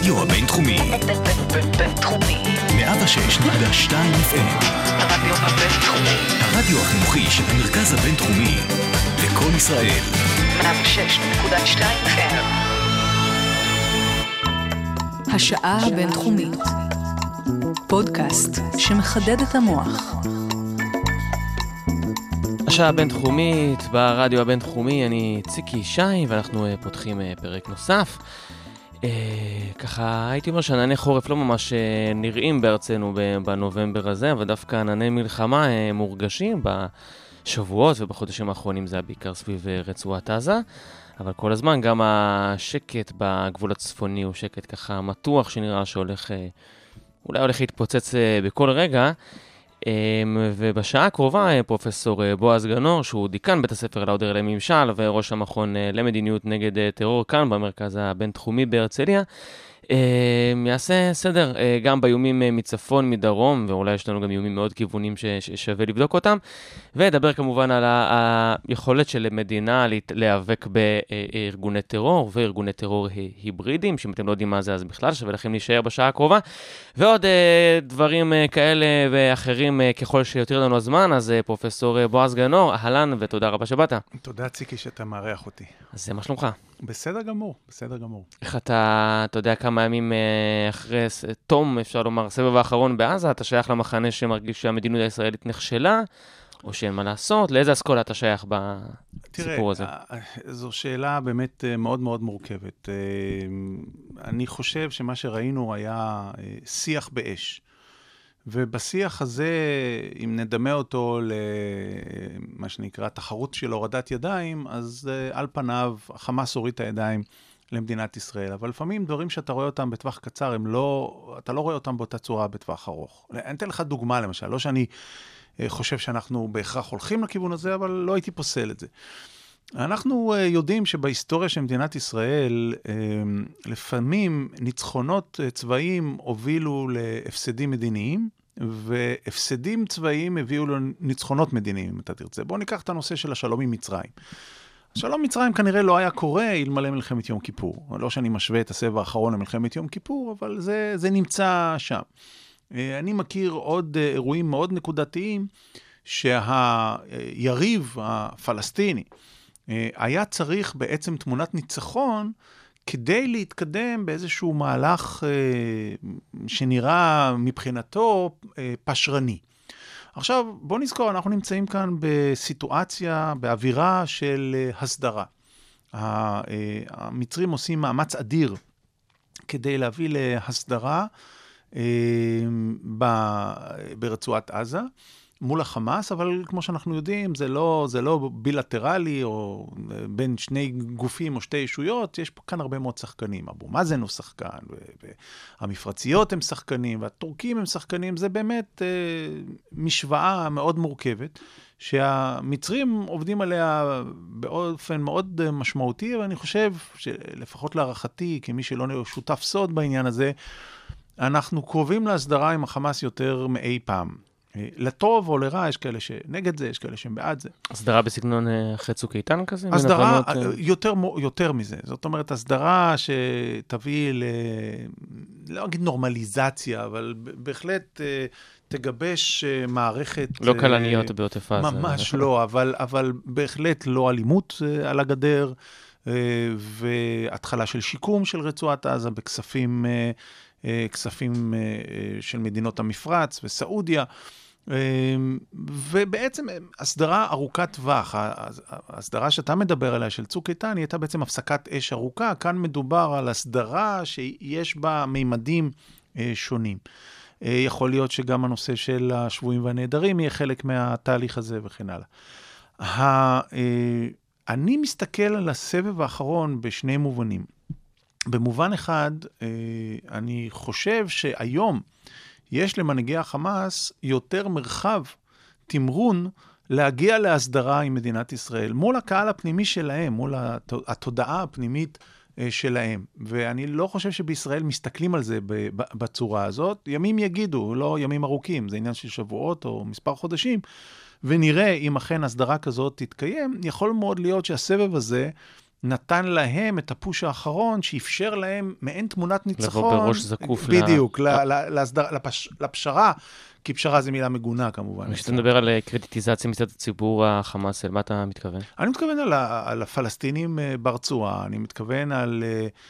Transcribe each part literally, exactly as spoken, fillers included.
הרדיו הבינתחומי. בינתחומי. מאה ושש נקודה שתיים אף אם. הרדיו הבינתחומי. הרדיו החינוכי של המרכז הבינתחומי. לקול ישראל. מאה ושש נקודה שתיים אף אם. השעה הבינתחומית. פודקאסט שמחדד את המוח. השעה הבינתחומית, ברדיו הבינתחומי, אני ציקי שי, ואנחנו uh, פותחים uh, פרק נוסף. Uh, ככה, הייתי אומר שענני חורף לא ממש uh, נראים בארצנו בנובמבר הזה, אבל דווקא ענני מלחמה uh, מורגשים בשבועות ובחודשים האחרונים, זה היה בעיקר סביב uh, רצועת עזה. אבל כל הזמן גם השקט בגבול הצפוני הוא שקט ככה מתוח, שנראה שהולך, uh, אולי הולך להתפוצץ uh, בכל רגע. ובשעה הקרובה פרופסור בועז גנור, שהוא דיקן בית הספר לאודר לממשל וראש המכון למדיניות נגד טרור כאן במרכז הבינתחומי בהרצליה, יעשה סדר גם באיומים מצפון, מדרום, ואולי יש לנו גם איומים מאוד כיוונים ששווה לבדוק אותם, ודבר כמובן על היכולת של מדינה להיאבק בארגוני טרור וארגוני טרור היברידיים, שאם אתם לא יודעים מה זה אז בכלל שווה לכם להישאר בשעה הקרובה, ועוד דברים כאלה ואחרים ככל שיותר לנו הזמן. אז פרופסור בועז גנור, אהלן ותודה רבה שבאת. תודה ציקי שאתה מארח אותי. אז זה מה שלומך? בסדר גמור, בסדר גמור. איך אתה, אתה יודע כמה ימים אחרי תום, אפשר לומר, סבב האחרון בעזה, אתה שייך למחנה שמרגיש שהמדיניות הישראלית נכשלה, או שאין מה לעשות? לאיזה אסכולה אתה שייך בסיפור הזה? תראה, זו שאלה באמת מאוד מאוד מורכבת. אני חושב שמה שראינו היה שיח באש. ובשיח הזה, אם נדמה אותו למה שנקרא תחרות של הורדת ידיים, אז על פניו החמאס הוריד את הידיים למדינת ישראל. אבל לפעמים דברים שאתה רואה אותם בטווח קצר, הם לא, אתה לא רואה אותם באותה צורה בטווח ארוך. אני אתן לך דוגמה למשל, לא שאני חושב שאנחנו בהכרח הולכים לכיוון הזה, אבל לא הייתי פוסל את זה. אנחנו יודעים שבהיסטוריה של מדינת ישראל, לפעמים ניצחונות צבאיים הובילו להפסדים מדיניים, והפסדים צבאיים הביאו לניצחונות מדיניים, אם אתה תרצה. בואו ניקח את הנושא של השלום עם מצרים. השלום עם מצרים כנראה לא היה קורה אלמלא מלחמת יום כיפור. לא שאני משווה את הסבב האחרון למלחמת יום כיפור, אבל זה, זה נמצא שם. אני מכיר עוד אירועים מאוד נקודתיים, שהיריב הפלסטיני, היה צריך בעצם תמונת ניצחון כדי להתקדם באיזשהו מהלך שנראה מבחינתו פשרני. עכשיו, בוא נזכור, אנחנו נמצאים כאן בסיטואציה, באווירה של הסדרה. המצרים עושים מאמץ אדיר כדי להביא להסדרה ברצועת עזה. מול החמאס, אבל כמו שאנחנו יודעים, זה לא, זה לא בילטרלי, או בין שני גופים או שתי ישויות, יש פה כאן הרבה מאוד שחקנים. אבו מאזן הוא שחקן, והמפרציות הם שחקנים, והטורקים הם שחקנים, זה באמת אה, משוואה מאוד מורכבת, שהמצרים עובדים עליה באופן מאוד משמעותי, ואני חושב שלפחות להערכתי, כמי שלא שותף סוד בעניין הזה, אנחנו קרובים להסדרה עם החמאס יותר מאי פעם. לטוב או לרע, יש כאלה שנגד זה, יש כאלה שהם בעד זה. הסדרה בסגנון אחרי צוק איתן כזה? הסדרה יותר, יותר מזה. זאת אומרת, הסדרה שתביא ל... לא אגיד נורמליזציה, אבל בהחלט תגבש מערכת... לא קלניות בעוטף עזה. ממש לא, אבל, אבל בהחלט לא אלימות על הגדר, והתחלה של שיקום של רצועת עזה בכספים... כספים של מדינות המפרץ וסעודיה, ובעצם הסדרה ארוכת טווח, הסדרה שאתה מדבר עליה של צוק איתן, היא הייתה בעצם הפסקת אש ארוכה, כאן מדובר על הסדרה שיש בה מימדים שונים. יכול להיות שגם הנושא של השבויים והנעדרים יהיה חלק מהתהליך הזה וכן הלאה. אני מסתכל על הסבב האחרון בשני מובנים. במובן אחד, אני חושב שהיום יש למנהיגי החמאס יותר מרחב תמרון להגיע להסדרה עם מדינת ישראל, מול הקהל הפנימי שלהם, מול התודעה הפנימית שלהם. ואני לא חושב שבישראל מסתכלים על זה בצורה הזאת. ימים יגידו, לא ימים ארוכים, זה עניין של שבועות או מספר חודשים, ונראה אם אכן הסדרה כזאת תתקיים. יכול מאוד להיות שהסבב הזה נתן להם את הפוש האחרון, שאפשר להם מעין תמונת ניצחון. לבוא בראש זקוף. בדיוק, לפשרה, כי פשרה זה מילה מגונה כמובן. כשאתה מדבר על קרדיטיזציה מצד הציבור החמאס, אל מה אתה מתכוון? אני מתכוון על הפלסטינים ברצועה, אני מתכוון על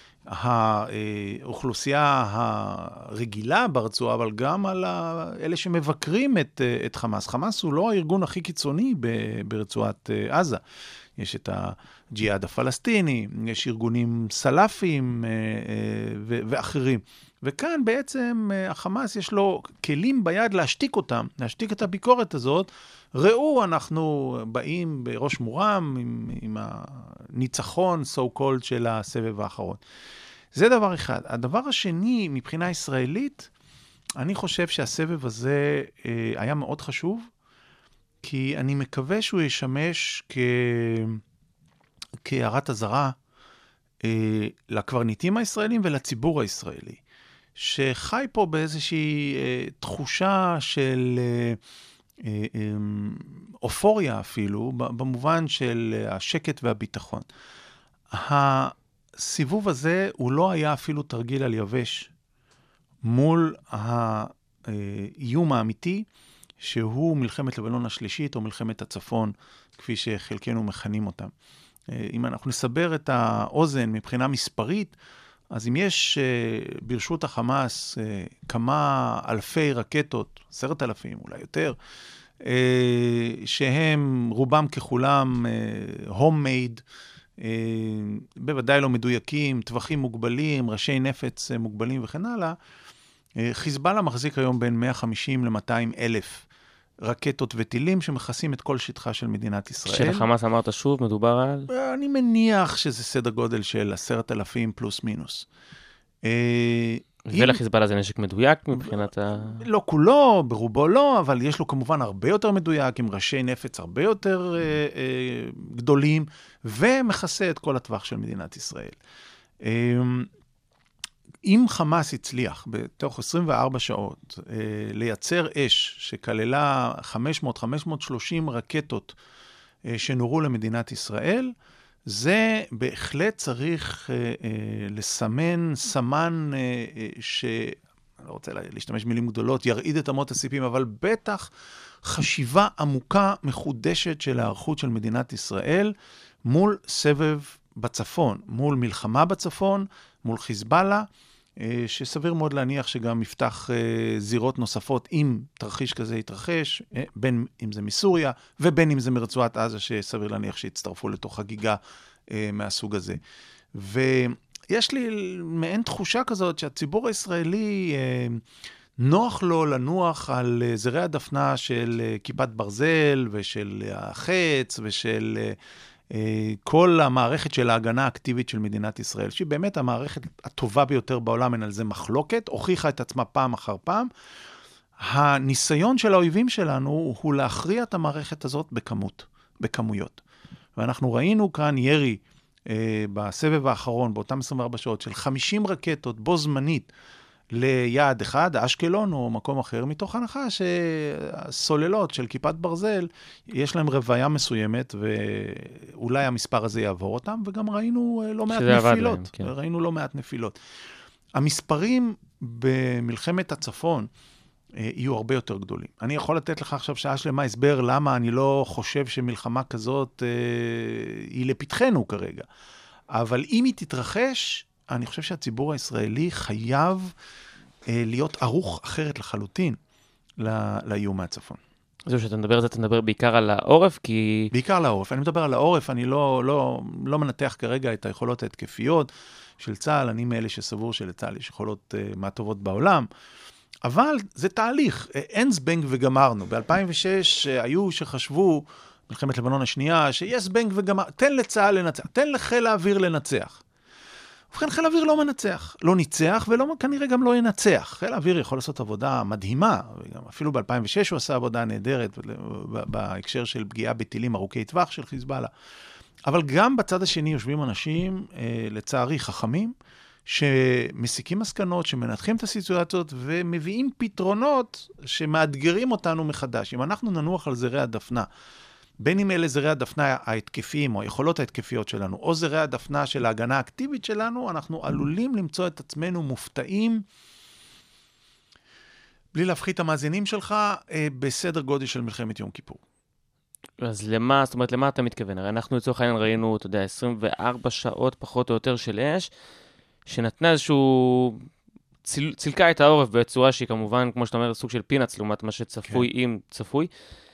האוכלוסייה הרגילה ברצועה, אבל גם על אלה שמבקרים את חמאס. חמאס הוא לא הארגון הכי קיצוני ברצועת עזה. יש את הג'יהאד הפלסטיני, יש ארגונים סלאפיים ואחרים. וכאן בעצם החמאס יש לו כלים ביד להשתיק אותם, להשתיק את הביקורת הזאת. ראו, אנחנו באים בראש מורם עם, עם הניצחון, so called, של הסבב האחרון. זה דבר אחד. הדבר השני, מבחינה ישראלית, אני חושב שהסבב הזה אה, היה מאוד חשוב, כי אני מקווה שהוא ישמש כ... כהערת אזהרה אה, לקברניטים הישראלים ולציבור הישראלי, שחי פה באיזושהי אה, תחושה של אה, אה, אה, אופוריה אפילו, במובן של השקט והביטחון. הסיבוב הזה הוא לא היה אפילו תרגיל על יבש מול האיום האמיתי, שהוא מלחמת לבנון השלישית או מלחמת הצפון, כפי שחלקנו מכנים אותם. אם אנחנו נסבר את האוזן מבחינה מספרית, אז אם יש ברשות החמאס כמה אלפי רקטות, עשרת אלפים, אולי יותר, שהם רובם ככולם homemade, בוודאי לא מדויקים, טווחים מוגבלים, ראשי נפץ מוגבלים וכן הלאה, חיזבאללה מחזיק היום בין מאה וחמישים ל-מאתיים אלף רקטות וטילים שמכסים את כל שטחה של מדינת ישראל. של החמאס אמרת שוב, מדובר על? אני מניח שזה סדר גודל של עשרת אלפים פלוס מינוס. ולחיזבאללה זה נשק מדויק מבחינת ה... לא כולו, ברובו לא, אבל יש לו כמובן הרבה יותר מדויק, עם ראשי נפץ הרבה יותר גדולים, ומכסה את כל הטווח של מדינת ישראל. אם חמאס הצליח בתוך עשרים וארבע שעות אה, לייצר אש שכללה חמש מאות עד חמש מאות ושלושים רקטות אה, שנורו למדינת ישראל, זה בהחלט צריך אה, אה, לסמן סמן אה, אה, ש... אני לא רוצה להשתמש מילים גדולות, ירעיד את אמות הסיפים, אבל בטח חשיבה עמוקה מחודשת של הערכות של מדינת ישראל מול סבב בצפון, מול מלחמה בצפון, מול חיזבאללה, שסביר מאוד להניח שגם יפתח זירות נוספות אם תרחיש כזה יתרחש, בין אם זה מסוריה ובין אם זה מרצועת עזה, שסביר להניח שיצטרפו לתוך חגיגה מהסוג הזה. ויש לי מעין תחושה כזאת שהציבור הישראלי נוח לו לנוח על זרי הדפנה של כיפת ברזל ושל החץ ושל כל המערכת של ההגנה האקטיבית של מדינת ישראל, שהיא באמת המערכת הטובה ביותר בעולם, אין על זה מחלוקת, הוכיחה את עצמה פעם אחר פעם. הניסיון של האויבים שלנו הוא להכריע את המערכת הזאת בכמות, בכמויות. ואנחנו ראינו כאן ירי אה, בסבב האחרון, באותם עשרים וארבע שעות, של חמישים רקטות בו זמנית ליעד אחד, אשקלון או מקום אחר, מתוך הנחה שהסוללות של כיפת ברזל, יש להם רוויה מסוימת, ואולי המספר הזה יעבור אותם, וגם ראינו לא מעט נפילות. להם, כן. ראינו לא מעט נפילות. המספרים במלחמת הצפון יהיו הרבה יותר גדולים. אני יכול לתת לך עכשיו שעה שלמה הסבר למה אני לא חושב שמלחמה כזאת היא לפתחנו כרגע. אבל אם היא תתרחש, אני חושב שהציבור הישראלי חייב אה, להיות ערוך אחרת לחלוטין לאיום מהצפון. זהו, שאתה מדבר על זה, אתה מדבר בעיקר על העורף, כי... בעיקר על העורף. אני מדבר על העורף, אני לא, לא, לא מנתח כרגע את היכולות ההתקפיות של צה"ל, אני מאלה שסבור שלצה"ל יש יכולות אה, מהטובות בעולם, אבל זה תהליך, אין זבנג וגמרנו. ב-אלפיים ושש אה, היו שחשבו, מלחמת לבנון השנייה, שיש זבנג וגמרנו, תן לצה"ל לנצח, תן לחיל האוויר לנצח. ובכן, חיל האוויר לא מנצח, לא ניצח, וכנראה גם לא ינצח. חיל האוויר יכול לעשות עבודה מדהימה, וגם אפילו ב-אלפיים ושש הוא עשה עבודה נהדרת, בהקשר של פגיעה בטילים ארוכי טווח של חיזבאללה. אבל גם בצד השני יושבים אנשים, לצערי חכמים, שמסיקים מסקנות, שמנתחים את הסיטואציות, ומביאים פתרונות שמאתגרים אותנו מחדש. אם אנחנו ננוח על זרי הדפנה, בין אם אלה זרי הדפנה ההתקפיים, או היכולות ההתקפיות שלנו, או זרי הדפנה של ההגנה האקטיבית שלנו, אנחנו עלולים למצוא את עצמנו מופתעים, בלי להפחית המאזינים שלך, בסדר גודל של מלחמת יום כיפור. אז למה, זאת אומרת, למה אתה מתכוון? הרי אנחנו לצורך העניין ראינו, אתה יודע, עשרים וארבע שעות פחות או יותר של אש, שנתנה איזשהו, ציל, צילקה את העורף בצורה שהיא כמובן, כמו שאתה אומר, סוג של פינאץ, לעומת מה שצפוי, כן. אם צפוי,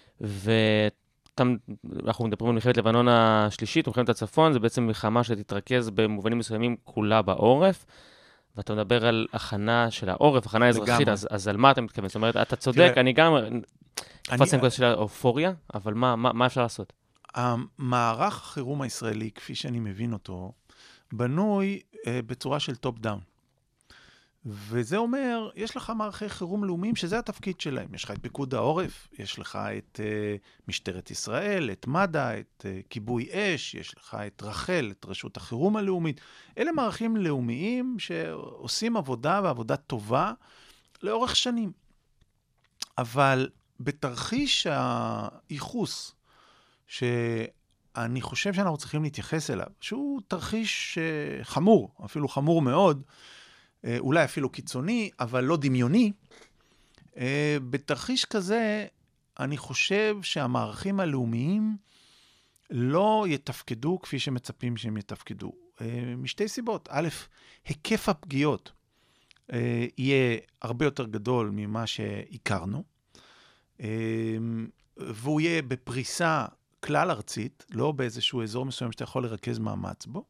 ואנחנו מדברים על מלחמת לבנון השלישית, מלחמת הצפון, זה בעצם מלחמה שתתרכז במובנים מסוימים כולה בעורף, ואתה מדבר על הכנה של העורף, הכנה אזרחית, אז, אז על מה אתה מתכוון? זאת אומרת, אתה צודק, תראה, אני גם... קפצתי עם כזה של האופוריה, אבל מה, מה, מה אפשר לעשות? המערך החירום הישראלי, כפי שאני מבין אותו, בנוי אה, בצורה של טופ דאון. וזה אומר, יש לך מערכי חירום לאומיים שזה התפקיד שלהם. יש לך את פיקוד העורף, יש לך את אה, משטרת ישראל, את מד"א, את אה, כיבוי אש, יש לך את רח"ל, את רשות החירום הלאומית. אלה מערכים לאומיים שעושים עבודה ועבודה טובה לאורך שנים. אבל בתרחיש הייחוס, שאני חושב שאנחנו צריכים להתייחס אליו, שהוא תרחיש חמור, אפילו חמור מאוד, אולי אפילו קיצוני, אבל לא דמיוני, בתרחיש כזה אני חושב שהמערכים הלאומיים לא יתפקדו כפי שמצפים שהם יתפקדו. משתי סיבות. א', היקף הפגיעות יהיה הרבה יותר גדול ממה שהכרנו, והוא יהיה בפריסה כלל ארצית, לא באיזשהו אזור מסוים שאתה יכול לרכז מאמץ בו.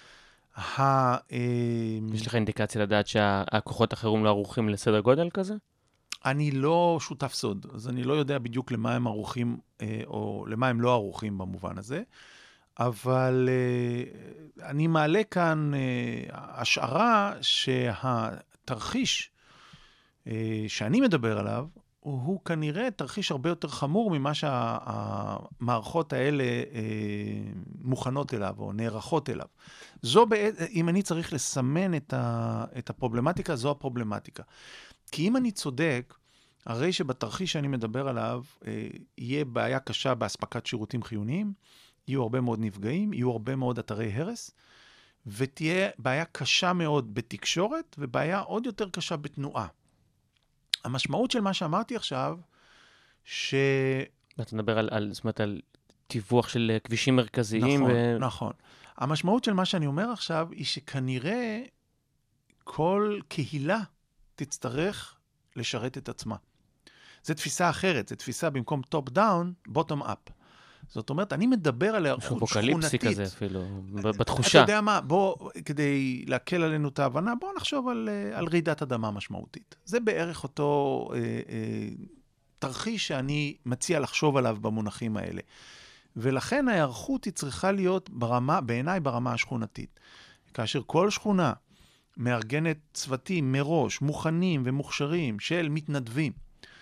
יש לך אינדיקציה לדעת שהכוחות החירום לא ערוכים לסדר גודל כזה? אני לא שותף סוד, אז אני לא יודע בדיוק למה הם ערוכים, או למה הם לא ערוכים במובן הזה, אבל אני מעלה כאן השערה שהתרחיש שאני מדבר עליו, הוא, הוא כנראה תרחיש הרבה יותר חמור ממה שהמערכות האלה אה, מוכנות אליו או נערכות אליו. זו, אם אני צריך לסמן את, ה, את הפרובלמטיקה, זו הפרובלמטיקה. כי אם אני צודק, הרי שבתרחיש שאני מדבר עליו, אה, יהיה בעיה קשה בהספקת שירותים חיוניים, יהיו הרבה מאוד נפגעים, יהיו הרבה מאוד אתרי הרס, ותהיה בעיה קשה מאוד בתקשורת, ובעיה עוד יותר קשה בתנועה. המשמעות של מה שאמרתי עכשיו, ש... אתה מדבר על, על, זאת אומרת, על טיווח של כבישים מרכזיים. נכון, ו... נכון. המשמעות של מה שאני אומר עכשיו, היא שכנראה כל קהילה תצטרך לשרת את עצמה. זו תפיסה אחרת, זו תפיסה במקום טופ דאון, בוטום אפ. זאת אומרת, אני מדבר על היערכות שכונתית. אפוקליפסי כזה אפילו, בתחושה. אתה יודע מה, בוא, כדי להקל עלינו את ההבנה, בוא נחשוב על, על רעידת אדמה משמעותית. זה בערך אותו אה, אה, תרחיש שאני מציע לחשוב עליו במונחים האלה. ולכן ההיערכות היא צריכה להיות ברמה, בעיניי ברמה השכונתית. כאשר כל שכונה מארגנת צוותים מראש, מוכנים ומוכשרים של מתנדבים,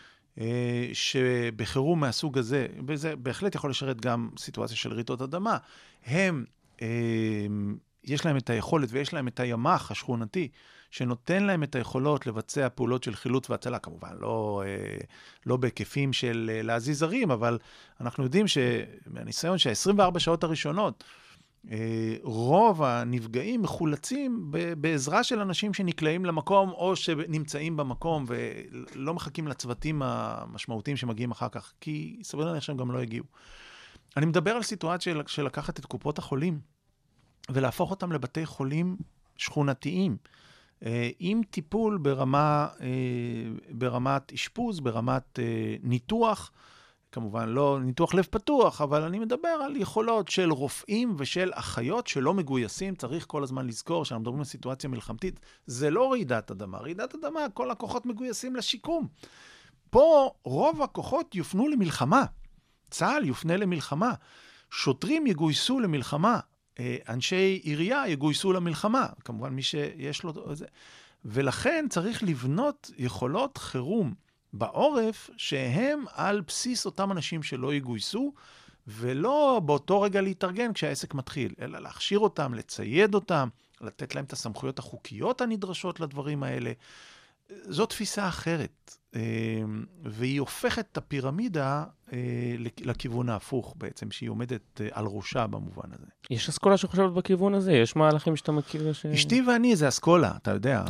שבחירום מהסוג הזה, וזה בהחלט יכול לשרת גם סיטואציה של רעידות אדמה, הם, יש להם את היכולת ויש להם את הימ"ח השכונתי, שנותן להם את היכולות לבצע פעולות של חילוץ והצלה, כמובן, לא, לא בהיקפים של להזיז הרים, אבל אנחנו יודעים שמהניסיון שה-עשרים וארבע שעות הראשונות, רוב הנפגעים מחולצים בעזרה של אנשים שנקלעים למקום או שנמצאים במקום ולא מחכים לצוותים המשמעותיים שמגיעים אחר כך, כי סביר להניח שהם גם לא הגיעו. אני מדבר על סיטואציה של לקחת את קופות החולים ולהפוך אותם לבתי חולים שכונתיים, עם טיפול ברמה, ברמת אשפוז, ברמת ניתוח, כמובן לא ניתוח לב פתוח, אבל אני מדבר על יכולות של רופאים ושל אחיות שלא מגויסים. צריך כל הזמן לזכור שאנחנו מדברים על סיטואציה מלחמתית. זה לא רעידת אדמה. רעידת אדמה, כל הכוחות מגויסים לשיקום. פה רוב הכוחות יופנו למלחמה. צה"ל יופנה למלחמה. שוטרים יגויסו למלחמה. אנשי עירייה יגויסו למלחמה. כמובן מי שיש לו... ולכן צריך לבנות יכולות חירום בעורף, שהם על בסיס אותם אנשים שלא יגויסו, ולא באותו רגע להתארגן כשהעסק מתחיל, אלא להכשיר אותם, לצייד אותם, לתת להם את הסמכויות החוקיות הנדרשות לדברים האלה. זו תפיסה אחרת, והיא הופכת את הפירמידה לכיוון ההפוך בעצם, שהיא עומדת על ראשה במובן הזה. יש אסכולה שחושבת בכיוון הזה? יש מהלכים שאתה מכיר ש... אשתי ואני זה אסכולה, אתה יודע.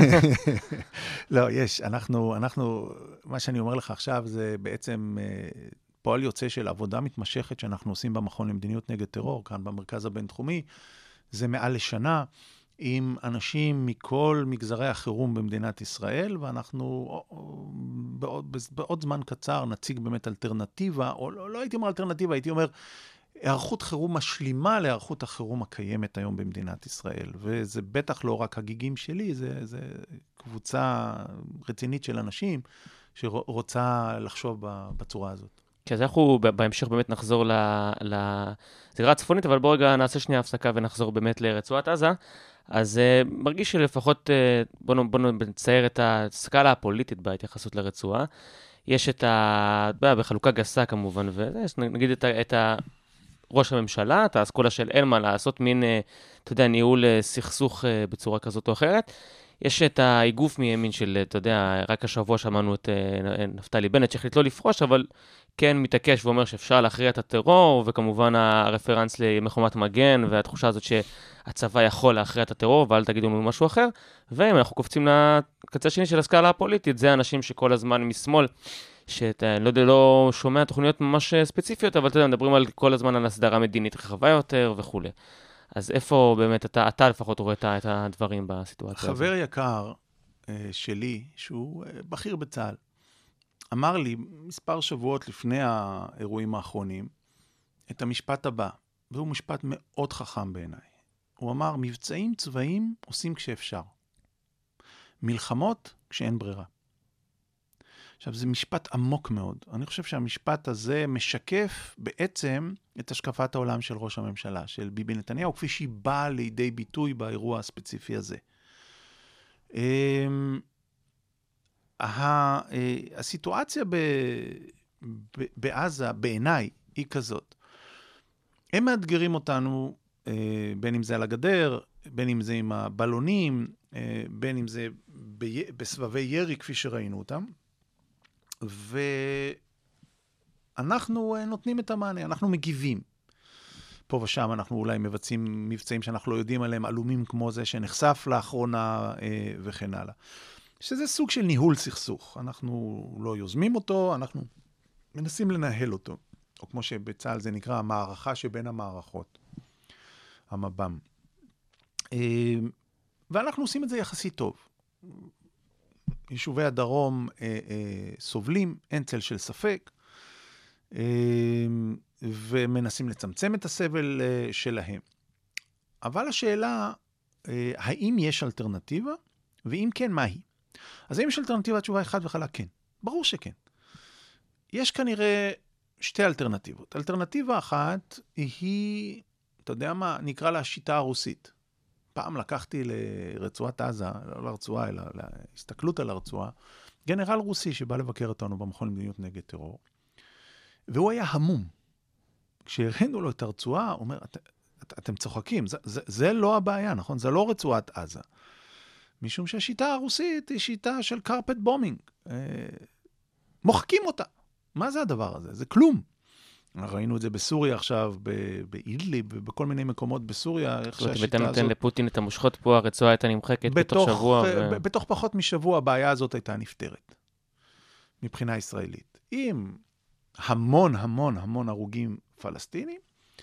לא, יש. אנחנו, אנחנו, מה שאני אומר לך עכשיו זה בעצם פועל יוצא של עבודה מתמשכת שאנחנו עושים במכון למדיניות נגד טרור, כאן במרכז הבינתחומי. זה מעל לשנה. עם אנשים מכל מגזרי החירום במדינת ישראל, ואנחנו בעוד, בעוד זמן קצר נציג באמת אלטרנטיבה, או לא, לא הייתי אומר אלטרנטיבה, הייתי אומר הערכות חירום משלימה להערכות החירום הקיימת היום במדינת ישראל. וזה בטח לא רק הגיגים שלי, זה, זה קבוצה רצינית של אנשים שרוצה לחשוב בצורה הזאת. כי אז אנחנו בהמשך באמת נחזור לזירה הצפונית, אבל בוא רגע נעשה שנייה הפסקה ונחזור באמת לרצועת עזה. אז uh, מרגיש שלפחות, uh, בואו בוא נצייר את הסקאלה הפוליטית בהתייחסות לרצועה. יש את ה... בחלוקה גסה כמובן, ונגיד את, ה, את ה... ראש הממשלה, את האסכולה של אין מה לעשות, מין, uh, אתה יודע, ניהול uh, סכסוך uh, בצורה כזאת או אחרת. יש את האיגוף מימין של, אתה יודע, רק השבוע שמענו את uh, נפתלי בנט, שהחליט לא לפרוש, אבל כן מתעקש ואומר שאפשר להכריע את הטרור, וכמובן הרפרנס לימי חומת מגן, והתחושה הזאת שהצבא יכול להכריע את הטרור, ואל תגידו לנו משהו אחר. ואם אנחנו קופצים לקצה השני של הסקאלה הפוליטית, זה אנשים שכל הזמן משמאל, שאתה לא יודע, לא שומע תוכניות ממש ספציפיות, אבל אתה יודע, מדברים על כל הזמן על הסדרה מדינית רחבה יותר וכו'. אז איפה באמת אתה, אתה לפחות רואה את הדברים בסיטואציה הזאת? חבר יקר שלי, שהוא בכיר בצה"ל, אמר לי מספר שבועות לפני האירועים האחרונים את המשפט הבא, והוא משפט מאוד חכם בעיניי. הוא אמר, מבצעים צבאיים עושים כשאפשר. מלחמות כשאין ברירה. עכשיו, זה משפט עמוק מאוד. אני חושב שהמשפט הזה משקף בעצם את השקפת העולם של ראש הממשלה, של ביבי נתניהו, כפי שהיא באה לידי ביטוי באירוע הספציפי הזה. הסיטואציה בעזה, בעיניי, היא כזאת. הם מאתגרים אותנו, בין אם זה על הגדר, בין אם זה עם הבלונים, בין אם זה בסבבי ירי, כפי שראינו אותם. ואנחנו נותנים את המענה, אנחנו מגיבים. פה ושם אנחנו אולי מבצעים מבצעים שאנחנו לא יודעים עליהם, עלומים כמו זה שנחשף לאחרונה וכן הלאה. שזה סוג של ניהול סכסוך. אנחנו לא יוזמים אותו, אנחנו מנסים לנהל אותו. או כמו שבצה"ל זה נקרא, המערכה שבין המערכות. המב"ם. ואנחנו עושים את זה יחסית טוב. יישובי הדרום אה, אה, סובלים, אין צל של ספק, אה, ומנסים לצמצם את הסבל אה, שלהם. אבל השאלה, אה, האם יש אלטרנטיבה, ואם כן, מה היא? אז האם יש אלטרנטיבה? התשובה אחד וחלק כן. ברור שכן. יש כנראה שתי אלטרנטיבות. אלטרנטיבה אחת היא, אתה יודע מה, נקרא לה השיטה הרוסית. פעם לקחתי לרצועת עזה, לא לרצועה, אלא להסתכלות על הרצועה, גנרל רוסי שבא לבקר אותנו במכון למדיניות נגד טרור, והוא היה המום. כשהראינו לו את הרצועה, הוא אומר, את, את, אתם צוחקים, זה, זה, זה לא הבעיה, נכון? זה לא רצועת עזה. משום שהשיטה הרוסית היא שיטה של קרפט בומינג. אה, מוחקים אותה. מה זה הדבר הזה? זה כלום. ראינו את זה בסוריה עכשיו, באידליב, בכל מיני מקומות בסוריה. ואתה נותן לפוטין את המושכות פה, הרצועה הייתה נמחקת בתוך שבוע. בתוך פחות משבוע הבעיה הזאת הייתה נפטרת, מבחינה ישראלית. עם המון המון המון הרוגים פלסטינים,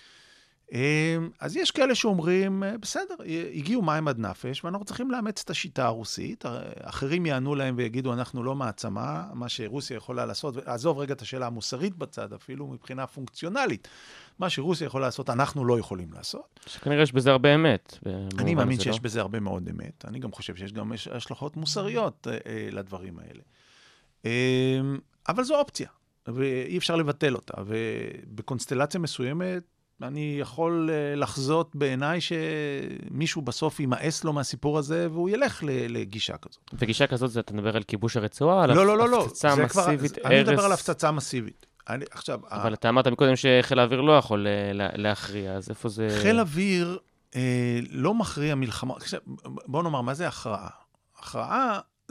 אז יש כאלה שאומרים, בסדר, הגיעו מים עד נפש, ואנחנו צריכים לאמץ את השיטה הרוסית, אחרים יענו להם ויגידו, אנחנו לא מעצמה, מה שרוסיה יכולה לעשות, ועזוב רגע את השאלה המוסרית בצד, אפילו מבחינה פונקציונלית, מה שרוסיה יכולה לעשות, אנחנו לא יכולים לעשות. שכנראה יש בזה הרבה אמת. אני מאמין שיש בזה הרבה מאוד אמת, אני גם חושב שיש גם השלכות מוסריות לדברים האלה. אבל זו אופציה, ואי אפשר לבטל אותה, ובקונסטלציה מסוימת, אני יכול לחזות בעיניי שמישהו בסוף ימאס לו מהסיפור הזה, והוא ילך לגישה כזאת. וגישה כזאת, זה אתה מדבר על כיבוש הרצועה? לא, לא, לא, לא. הפצצה מסיבית, אני מדבר על הפצצה מסיבית. אני, עכשיו, אבל אתה אמרת מקודם שחיל האוויר לא יכול להכריע, אז איפה זה... חיל האוויר אה, לא מכריע מלחמה. בואו נאמר, מה זה הכרעה? הכרעה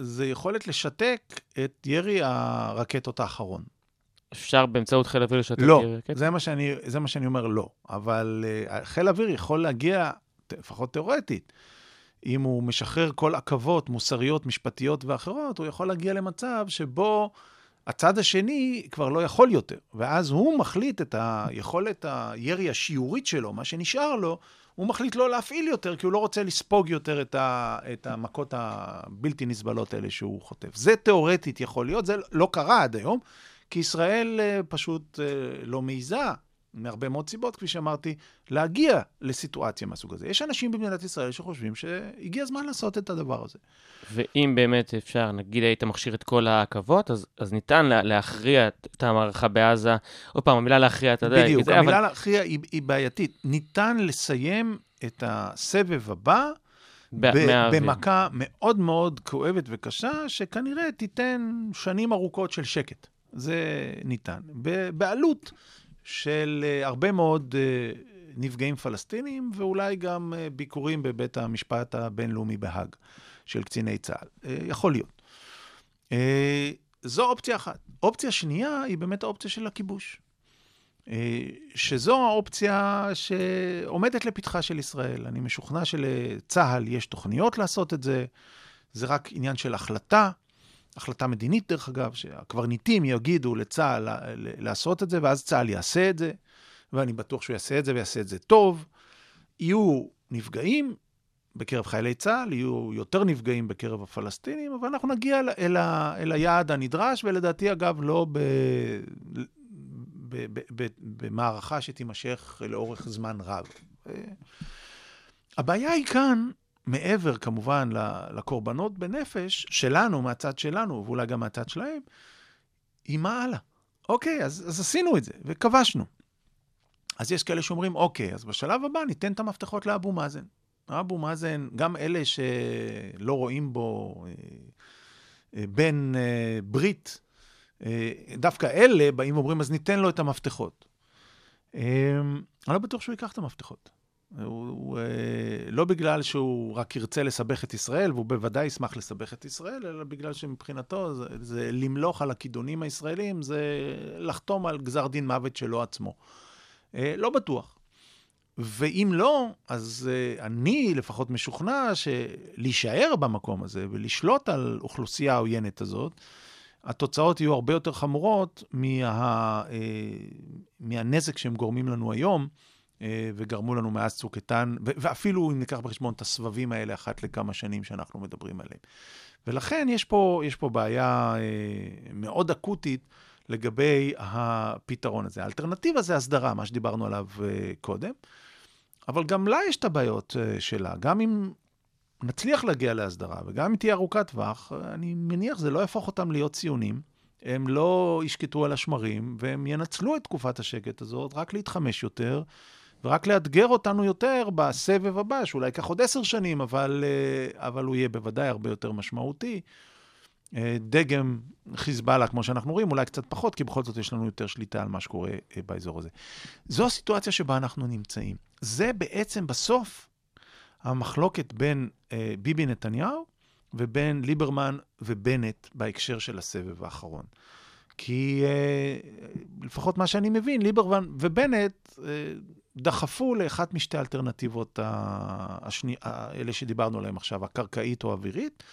זה יכולת לשתק את ירי הרקטות האחרון. אפשר באמצעות חיל אוויר לשתק לא, ירי רקטות? זה מה שאני, זה מה שאני אומר לא. אבל uh, חיל אוויר יכול להגיע, לפחות תיאורטית, אם הוא משחרר כל עכבות מוסריות, משפטיות ואחרות, הוא יכול להגיע למצב שבו הצד השני כבר לא יכול יותר. ואז הוא מחליט את היכולת הירי השיעורית שלו, מה שנשאר לו, הוא מחליט לא להפעיל יותר, כי הוא לא רוצה לספוג יותר את, ה, את המכות הבלתי נסבלות האלה שהוא חוטף. זה תיאורטית יכול להיות, זה לא קרה עד היום, כי ישראל פשוט לא מעיזה, מהרבה מאוד סיבות, כפי שאמרתי, להגיע לסיטואציה מהסוג הזה. יש אנשים במדינת ישראל שחושבים שהגיע הזמן לעשות את הדבר הזה. ואם באמת אפשר, נגיד היית מכשיר את כל העכבות, אז, אז ניתן לה, להכריע את המערכה בעזה. עוד פעם, המילה להכריע, אתה יודע. בדיוק, זה, המילה אבל... להכריע היא, היא בעייתית. ניתן לסיים את הסבב הבא ב- ב- במכה מאוד מאוד כואבת וקשה, שכנראה תיתן שנים ארוכות של שקט. זה ניתן. ב- בעלות של uh, הרבה מאוד uh, נפגעים פלסטינים, ואולי גם uh, ביקורים בבית המשפט הבינלאומי בהאג של קציני צה"ל. Uh, יכול להיות. Uh, זו אופציה אחת. אופציה שנייה היא באמת האופציה של הכיבוש. Uh, שזו האופציה שעומדת לפתחה של ישראל. אני משוכנע שלצה"ל יש תוכניות לעשות את זה. זה רק עניין של החלטה. החלטה מדינית, דרך אגב, שהקברניטים יגידו לצה"ל לעשות את זה, ואז צה"ל יעשה את זה, ואני בטוח שהוא יעשה את זה, ויעשה את זה טוב. יהיו נפגעים בקרב חיילי צה"ל, יהיו יותר נפגעים בקרב הפלסטינים, אבל אנחנו נגיע אל, ה, אל היעד הנדרש, ולדעתי, אגב, לא ב, ב, ב, ב, במערכה שתימשך לאורך זמן רב. הבעיה היא כאן, מעבר כמובן לקורבנות בנפש שלנו, מהצד שלנו, ואולי גם מהצד שלהם, היא מה הלאה? אוקיי, אז, אז עשינו את זה, וכבשנו. אז יש כאלה שאומרים, אוקיי, אז בשלב הבא ניתן את המפתחות לאבו מאזן. אבו מאזן, גם אלה שלא רואים בו אה, אה, בין אה, ברית, אה, דווקא אלה באים ואומרים, אז ניתן לו את המפתחות. אה, אני לא בטוח שהוא ייקח את המפתחות. הוא, הוא, לא בגלל שהוא רק ירצה לסבך את ישראל, והוא בוודאי ישמח לסבך את ישראל, אלא בגלל שמבחינתו זה, זה למלוך על הכידונים הישראלים, זה לחתום על גזר דין מוות שלו עצמו. לא בטוח. ואם לא, אז אני לפחות משוכנע שלהישאר במקום הזה, ולשלוט על אוכלוסייה העוינת הזאת, התוצאות יהיו הרבה יותר חמורות מה, מהנזק שהם גורמים לנו היום, וגרמו לנו מאז צוק איתן, ואפילו אם ניקח בחשבון את הסבבים האלה אחת לכמה שנים שאנחנו מדברים עליהם. ולכן יש פה, יש פה בעיה מאוד אקוטית לגבי הפתרון הזה. האלטרנטיבה זה הסדרה, מה שדיברנו עליו קודם, אבל גם לה יש את הבעיות שלה. גם אם נצליח להגיע להסדרה, וגם אם תהיה ארוכת טווח, אני מניח זה לא יהפוך אותם להיות ציונים, הם לא ישקטו על השמרים, והם ינצלו את תקופת השקט הזאת רק להתחמש יותר, ורק לאתגר אותנו יותר בסבב הבא, שאולי ייקח עוד עשר שנים, אבל, אבל הוא יהיה בוודאי הרבה יותר משמעותי. דגם חיזבאללה, כמו שאנחנו רואים, אולי קצת פחות, כי בכל זאת יש לנו יותר שליטה על מה שקורה באזור הזה. זו הסיטואציה שבה אנחנו נמצאים. זה בעצם בסוף המחלוקת בין ביבי נתניהו, ובין ליברמן ובנט בהקשר של הסבב האחרון. כי לפחות מה שאני מבין, ליברמן ובנט דחפו לאחת משתי אלטרנטיבות השני, אלה שדיברנו עליהם עכשיו, הקרקעית או האווירית,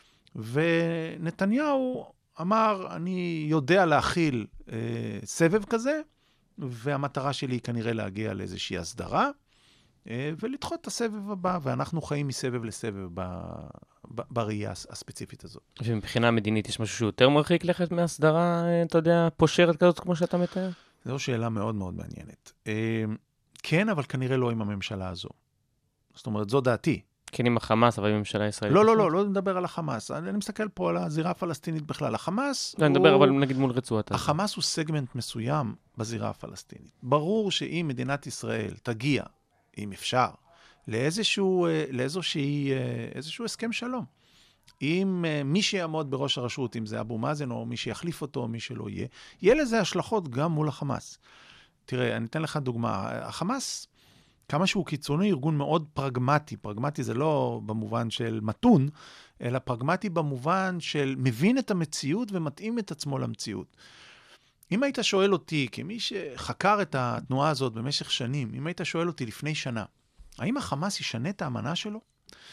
ונתניהו אמר, אני יודע להכיל אה, סבב כזה, והמטרה שלי היא כנראה להגיע לאיזושהי הסדרה, אה, ולדחות את הסבב הבא, ואנחנו חיים מסבב לסבב ב, ב, בראייה הספציפית הזאת. ומבחינה מדינית יש משהו שיותר מרחיק לכת מהסדרה, אתה יודע, פושרת כזאת כמו שאתה מתאר? זו שאלה מאוד מאוד מעניינת. אה, כן, אבל כנראה לא עם הממשלה הזו. זאת אומרת, זו דעתי. כן, עם החמאס, אבל עם ממשלה ישראלית. לא, לא, לא, לא נדבר על החמאס. אני מסתכל פה על הזירה הפלסטינית בכלל. החמאס לא, נדבר, אבל נגיד מול רצועת. החמאס הוא סגמנט מסוים בזירה הפלסטינית. ברור שאם מדינת ישראל תגיע, אם אפשר, לאיזשהו, לאיזושהי, איזשהו הסכם שלום, אם מי שיעמוד בראש הרשות, אם זה אבו מאזן או מי שיחליף אותו, או מי שלא יהיה, יהיה לזה השלכות גם מול החמאס. תראה, אני אתן לך דוגמה. החמאס כמה שהוא קיצוני, ארגון מאוד פרגמטי. פרגמטי זה לא במובן של מתון, אלא פרגמטי במובן של מבין את המציאות ומתאים את עצמו למציאות. אם היית שואל אותי, כמי שחקר את התנועה הזאת במשך שנים, אם היית שואל אותי לפני שנה, האם החמאס ישנה את האמנה שלו?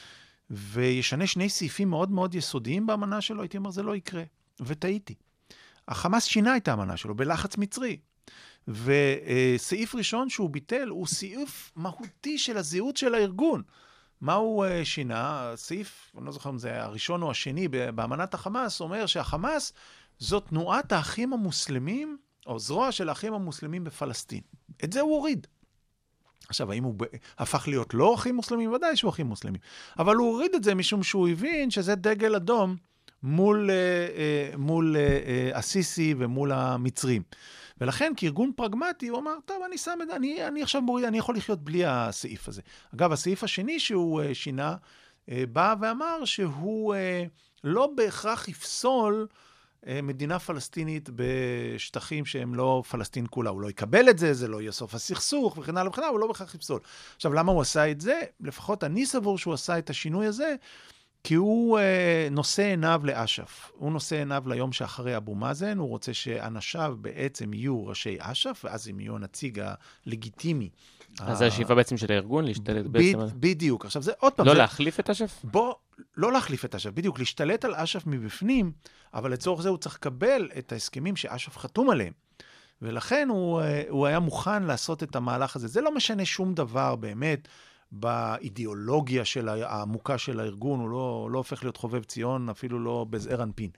וישנה שני סעיפים מאוד מאוד יסודיים באמנה שלו, הייתי אומר, זה לא יקרה. וטעיתי. החמאס שינה את האמנה שלו בלחץ מצרי. וסעיף ראשון שהוא ביטל הוא סעיף מהותי של הזהות של הארגון. מה הוא שינה? סעיף, אני לא זוכר אם זה הראשון או השני באמנת החמאס, אומר שהחמאס זו תנועת האחים המוסלמים, או זרוע של האחים המוסלמים בפלסטין. את זה הוא הוריד. עכשיו, האם הוא הפך להיות לא אחים מוסלמים? ודאי שהוא אחים מוסלמים. אבל הוא הוריד את זה משום שהוא הבין שזה דגל אדום מול, מול הסיסי ומול המצרים. ולכן, כארגון פרגמטי, הוא אמר, טוב, אני שם את זה, אני, אני עכשיו מוריד, אני יכול לחיות בלי הסעיף הזה. אגב, הסעיף השני שהוא שינה, בא ואמר שהוא לא בהכרח יפסול מדינה פלסטינית בשטחים שהם לא פלסטין כולה. הוא לא יקבל את זה, זה לא יהיה סוף הסכסוך, וכן הלאה וכן הלאה, הוא לא בהכרח יפסול. עכשיו, למה הוא עשה את זה? לפחות אני סבור שהוא עשה את השינוי הזה, כי הוא אה, נושא עיניו לאש"ף. הוא נושא עיניו ליום שאחרי אבו מאזן, הוא רוצה שאנשיו בעצם יהיו ראשי אש"ף, ואז הם יהיו הנציג הלגיטימי. אז זה השאיפה בעצם של הארגון, להשתלט בעצם... בדיוק. עכשיו זה עוד פעם... לא זה... להחליף את אש"ף? בוא, לא להחליף את אש"ף, בדיוק, להשתלט על אש"ף מבפנים, אבל לצורך זה הוא צריך לקבל את ההסכמים שאש"ף חתום עליהם. ולכן הוא, הוא היה מוכן לעשות את המהלך הזה. זה לא משנה שום דבר באמת, באידיאולוגיה של העמוקה של הארגון, הוא לא, לא הופך להיות חובב ציון, אפילו לא בזעיר אנפין.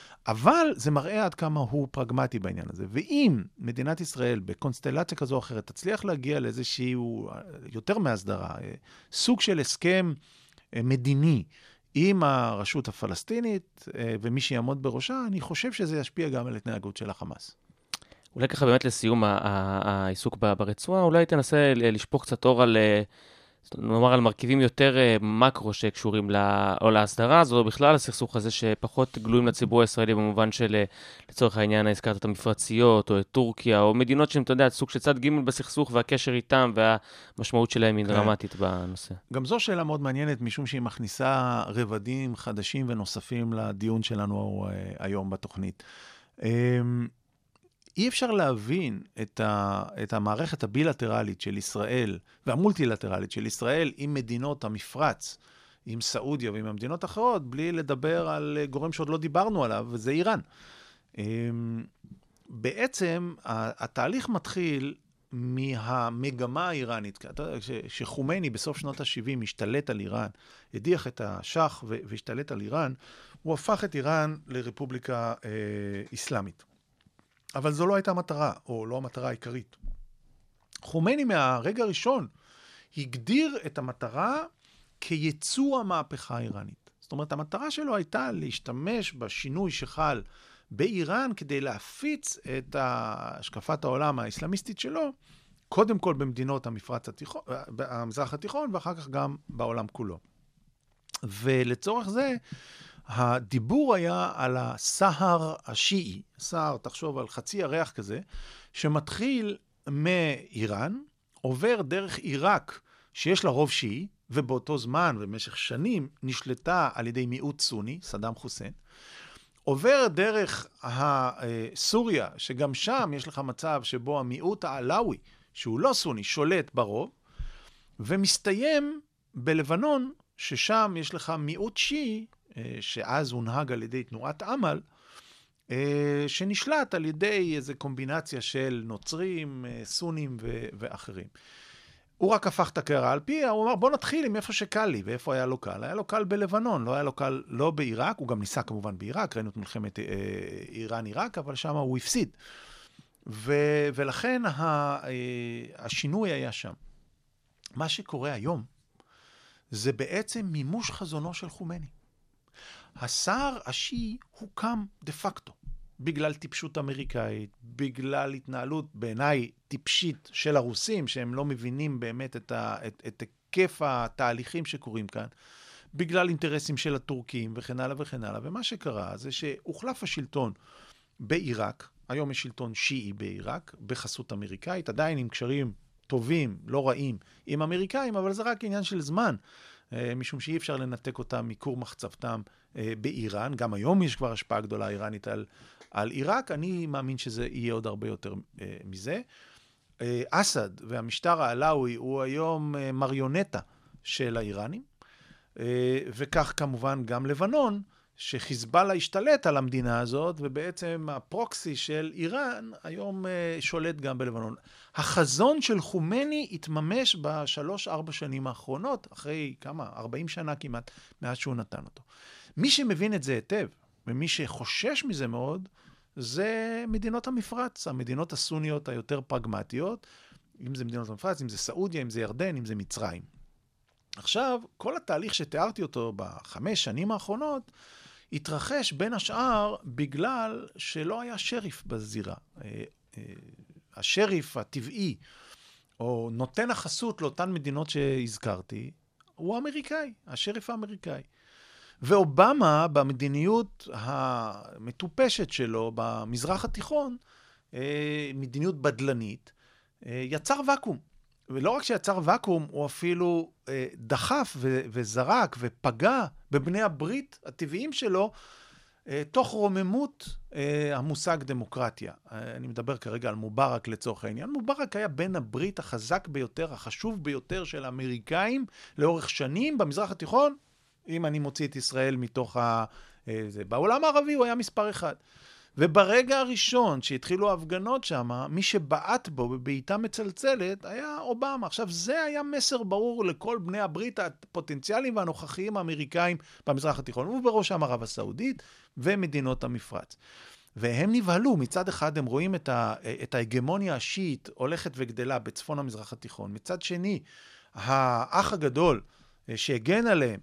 אבל זה מראה עד כמה הוא פרגמטי בעניין הזה. ואם מדינת ישראל בקונסטלציה כזו או אחרת תצליח להגיע לאיזשהו יותר מהסדרה, סוג של הסכם מדיני עם הרשות הפלסטינית ומי שיעמוד בראשה, אני חושב שזה ישפיע גם על התנהגות של החמאס. אולי ככה באמת לסיום העיסוק ברצועה, אולי תנסה לשפוך קצת אור על... נאמר על מרכיבים יותר מקרו שקשורים לה, או להסדרה הזו, או בכלל הסכסוך הזה שפחות גלויים לציבור הישראלי במובן של, לצורך העניין, הזכרת את המפרציות, או את טורקיה, או מדינות שהן, אתה יודע, סוג של צד ג' בסכסוך והקשר איתם, והמשמעות שלהם היא דרמטית בנושא. גם זו שאלה מאוד מעניינת, משום שהיא מכניסה רבדים חדשים ונוספים לדיון שלנו היום בתוכנית. אי אפשר להבין את, ה, את המערכת הבילטרלית של ישראל והמולטילטרלית של ישראל עם מדינות המפרץ, עם סעודיה ועם המדינות האחרות, בלי לדבר על גורם שעוד לא דיברנו עליו, וזה איראן. בעצם התהליך מתחיל מהמגמה האיראנית. שחומייני בסוף שנות ה-שבעים השתלט על איראן, הדיח את השח והשתלט על איראן, הוא הפך את איראן לרפובליקה אה, איסלאמית. אבל זו לא הייתה המטרה, או לא המטרה העיקרית. חומייני מהרגע הראשון הגדיר את המטרה כייצוא המהפכה האיראנית. זאת אומרת, המטרה שלו הייתה להשתמש בשינוי שחל באיראן כדי להפיץ את השקפת העולם האסלאמיסטית שלו, קודם כל במדינות המפרץ התיכון, המזרח התיכון, ואחר כך גם בעולם כולו. ולצורך זה, הדיבור היה על הסהר השיעי, סהר, תחשוב על חצי ירח כזה, שמתחיל מאיראן, עובר דרך עיראק, שיש לה רוב שיעי, ובאותו זמן, במשך שנים, נשלטה על ידי מיעוט סוני, סדאם חוסיין, עובר דרך סוריה, שגם שם יש לך מצב שבו המיעוט העלאווי, שהוא לא סוני, שולט ברוב, ומסתיים בלבנון, ששם יש לך מיעוט שיעי, שאז הונהג על ידי תנועת עמל, שנשלט על ידי איזו קומבינציה של נוצרים, סונים ו- ואחרים. הוא רק הפך את הקערה על פיה, הוא אמר, בוא נתחיל עם איפה שקל לי, ואיפה היה לו קל? היה לו קל בלבנון, לא היה לו קל לא בעיראק, הוא גם ניסה כמובן בעיראק, ראינו את מלחמת איראן-עיראק, אבל שם הוא הפסיד. ו- ולכן ה- השינוי היה שם. מה שקורה היום, זה בעצם מימוש חזונו של חומייני. הסהר השיעי הוקם דה פקטו, בגלל טיפשות אמריקאית, בגלל התנהלות בעיניי טיפשית של הרוסים, שהם לא מבינים באמת את, ה, את, את היקף התהליכים שקורים כאן, בגלל אינטרסים של הטורקים וכן הלאה וכן הלאה. ומה שקרה זה שהוחלף השלטון בעיראק, היום יש שלטון שיעי בעיראק, בחסות אמריקאית, עדיין עם קשרים טובים, לא רעים, עם אמריקאים, אבל זה רק עניין של זמן, משום שאי אפשר לנתק אותם מכור מחצבתם באיראן. גם היום יש כבר השפעה גדולה איראנית על, על עיראק. אני מאמין שזה יהיה עוד הרבה יותר מזה. אסד והמשטר העלאווי הוא היום מריונטה של האיראנים, וכך כמובן גם לבנון, שחיזבאללה השתלט על המדינה הזאת, ובעצם הפרוקסי של איראן היום שולט גם בלבנון. החזון של חומני התממש בשלוש ארבע שנים האחרונות, אחרי כמה, ארבעים שנה כמעט, מאז שהוא נתן אותו. מי שמבין את זה היטב, ומי שחושש מזה מאוד, זה מדינות המפרץ, המדינות הסוניות היותר פרגמטיות, אם זה מדינות המפרץ, אם זה סעודיה, אם זה ירדן, אם זה מצרים. עכשיו, כל התהליך שתיארתי אותו בחמש שנים האחרונות, התרחש בין השאר בגלל שלא היה שריף בזירה. השריף הטבעי, או נותן החסות לאותן מדינות שהזכרתי, הוא אמריקאי, השריף האמריקאי. ואובמה, במדיניות המטופשת שלו במזרח התיכון, מדיניות בדלנית, יצר וקום. ולא רק שיצר וקום, הוא אפילו אה, דחף ו- וזרק ופגע בבני הברית הטבעיים שלו, אה, תוך רוממות אה, המושג דמוקרטיה. אה, אני מדבר כרגע על מובארק לצורך העניין. מובארק היה בן הברית החזק ביותר, החשוב ביותר של האמריקאים, לאורך שנים במזרח התיכון, אם אני מוציא את ישראל מתוך ה... אה, זה, בעולם הערבי הוא היה מספר אחד. וברגע הראשון שהתחילו ההפגנות שם, מי שבעט בו בבעיטה מצלצלת היה אובמה. עכשיו, זה היה מסר ברור לכל בני הברית הפוטנציאליים והנוכחיים האמריקאים במזרח התיכון, ובראשם ערב הסעודית ומדינות המפרץ. והם נבהלו, מצד אחד הם רואים את, ה, את ההגמוניה השיעית הולכת וגדלה בצפון המזרח התיכון, מצד שני, האח הגדול שהגן עליהם,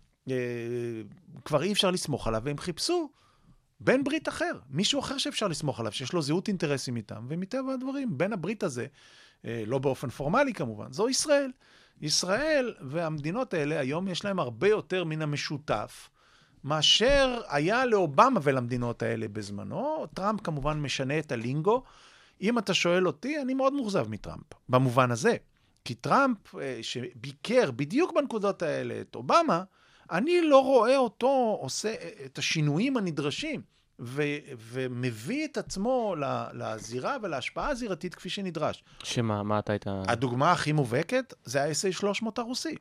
כבר אי אפשר לסמוך עליו, והם חיפשו בן ברית אחר, מישהו אחר שאפשר לסמוך עליו, שיש לו זהות אינטרסים איתם, ומטבע הדברים, בין הברית הזה, לא באופן פורמלי כמובן, זו ישראל. ישראל והמדינות האלה היום יש להם הרבה יותר מן המשותף, מאשר היה לאובמה ולמדינות האלה בזמנו. טראמפ כמובן משנה את הלינגו. אם אתה שואל אותי, אני מאוד מוחזב מטראמפ, במובן הזה. כי טראמפ, שביקר בדיוק בנקודות האלה את אובמה, אני לא רואה אותו עושה את השינויים הנדרשים, ו- ומביא את עצמו לזירה ולהשפעה הזירתית כפי שנדרש. שמה, מה אתה היית... הדוגמה הכי מובהקת זה ה-אס איי שלוש מאות הרוסי.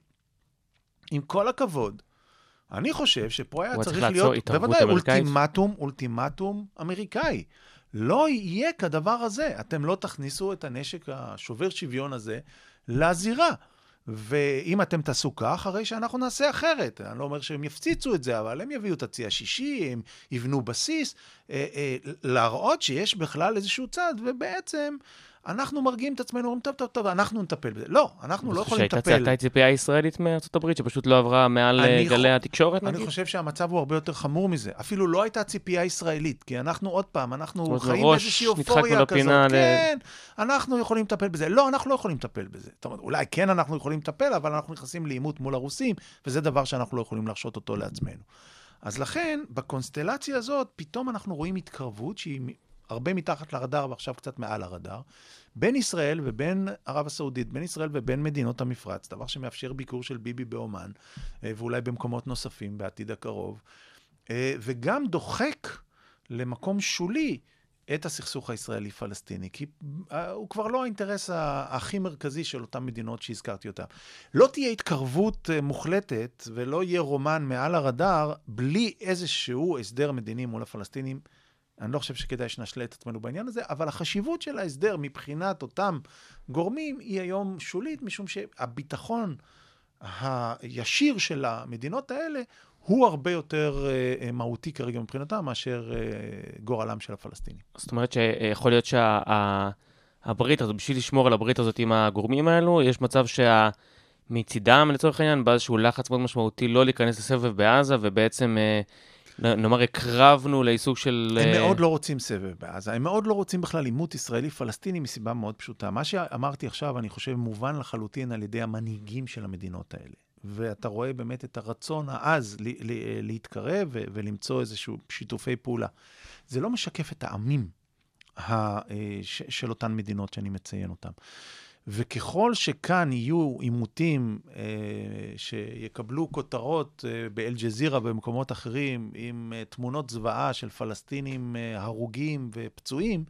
עם כל הכבוד, אני חושב שפה היה צריך להיות, בוודאי, אולטימטום, אולטימטום אמריקאי. לא יהיה כדבר הזה. אתם לא תכניסו את הנשק השובר שוויון הזה לזירה. ואם אתם תעשו כך, הרי שאנחנו נעשה אחרת. אני לא אומר שהם יפציצו את זה, אבל הם יביאו את הצי השישי, הם יבנו בסיס, אה, אה, להראות שיש בכלל איזשהו צד, ובעצם אנחנו מרגיעים את עצמנו, אומרים, טוב, טוב, טוב, אנחנו נטפל בזה. לא, אנחנו לא יכולים לטפל. שהייתה ציפייה ישראלית מארצות הברית, שפשוט לא עברה מעל גלי התקשורת, נגיד? אני חושב שהמצב הוא הרבה יותר חמור מזה. אפילו לא הייתה ציפייה ישראלית, כי אנחנו עוד פעם, אנחנו חיים באיזושהי אופוריה כזאת. כן, אנחנו יכולים לטפל בזה. לא, אנחנו לא יכולים לטפל בזה. זאת אומרת, אולי כן אנחנו יכולים לטפל, אבל אנחנו נכנסים לעימות מול הרוסים, וזה דבר שאנחנו לא יכולים להרשות אותו לעצמנו. אז לכן, בקונסטלציה הזאת, פתאום אנחנו רואים התקרבות שהיא הרבה מתחת לרדאר ועכשיו קצת מעל הרדאר, בין ישראל ובין ערב הסעודית, בין ישראל ובין מדינות המפרץ, דבר שמאפשר ביקור של ביבי באומן, ואולי במקומות נוספים בעתיד הקרוב, וגם דוחק למקום שולי את הסכסוך הישראלי-פלסטיני, כי הוא כבר לא האינטרס הכי מרכזי של אותן מדינות שהזכרתי אותן. לא תהיה התקרבות מוחלטת ולא יהיה רומן מעל הרדאר בלי איזשהו הסדר מדיני מול הפלסטינים. אני לא חושב שכדאי שנשלה את עצמנו בעניין הזה, אבל החשיבות של ההסדר מבחינת אותם גורמים היא היום שולית, משום שהביטחון הישיר של המדינות האלה הוא הרבה יותר uh, מהותי כרגע מבחינתם, מאשר uh, גורלם של הפלסטינים. זאת אומרת שיכול להיות שהברית הזאת, בשביל לשמור על הברית הזאת עם הגורמים האלו, יש מצב שמצידם, לצורך העניין, באיזשהו לחץ מאוד משמעותי לא להיכנס לסבב בעזה, ובעצם... Uh, נאמר, הקרבנו לעיסוק של... הם מאוד לא רוצים סבב בעזה, הם מאוד לא רוצים בכלל עימות ישראלי-פלסטיני מסיבה מאוד פשוטה. מה שאמרתי עכשיו, אני חושב, מובן לחלוטין על ידי המנהיגים של המדינות האלה. ואתה רואה באמת את הרצון העז להתקרב ולמצוא איזשהו שיתופי פעולה. זה לא משקף את העמים של אותן מדינות שאני מציין אותן. וככל שכאן יהיו עימותים אה, שיקבלו כותרות אה, באל-ג'זירה במקומות אחרים, עם אה, תמונות זוועה של פלסטינים אה, הרוגים ופצועים,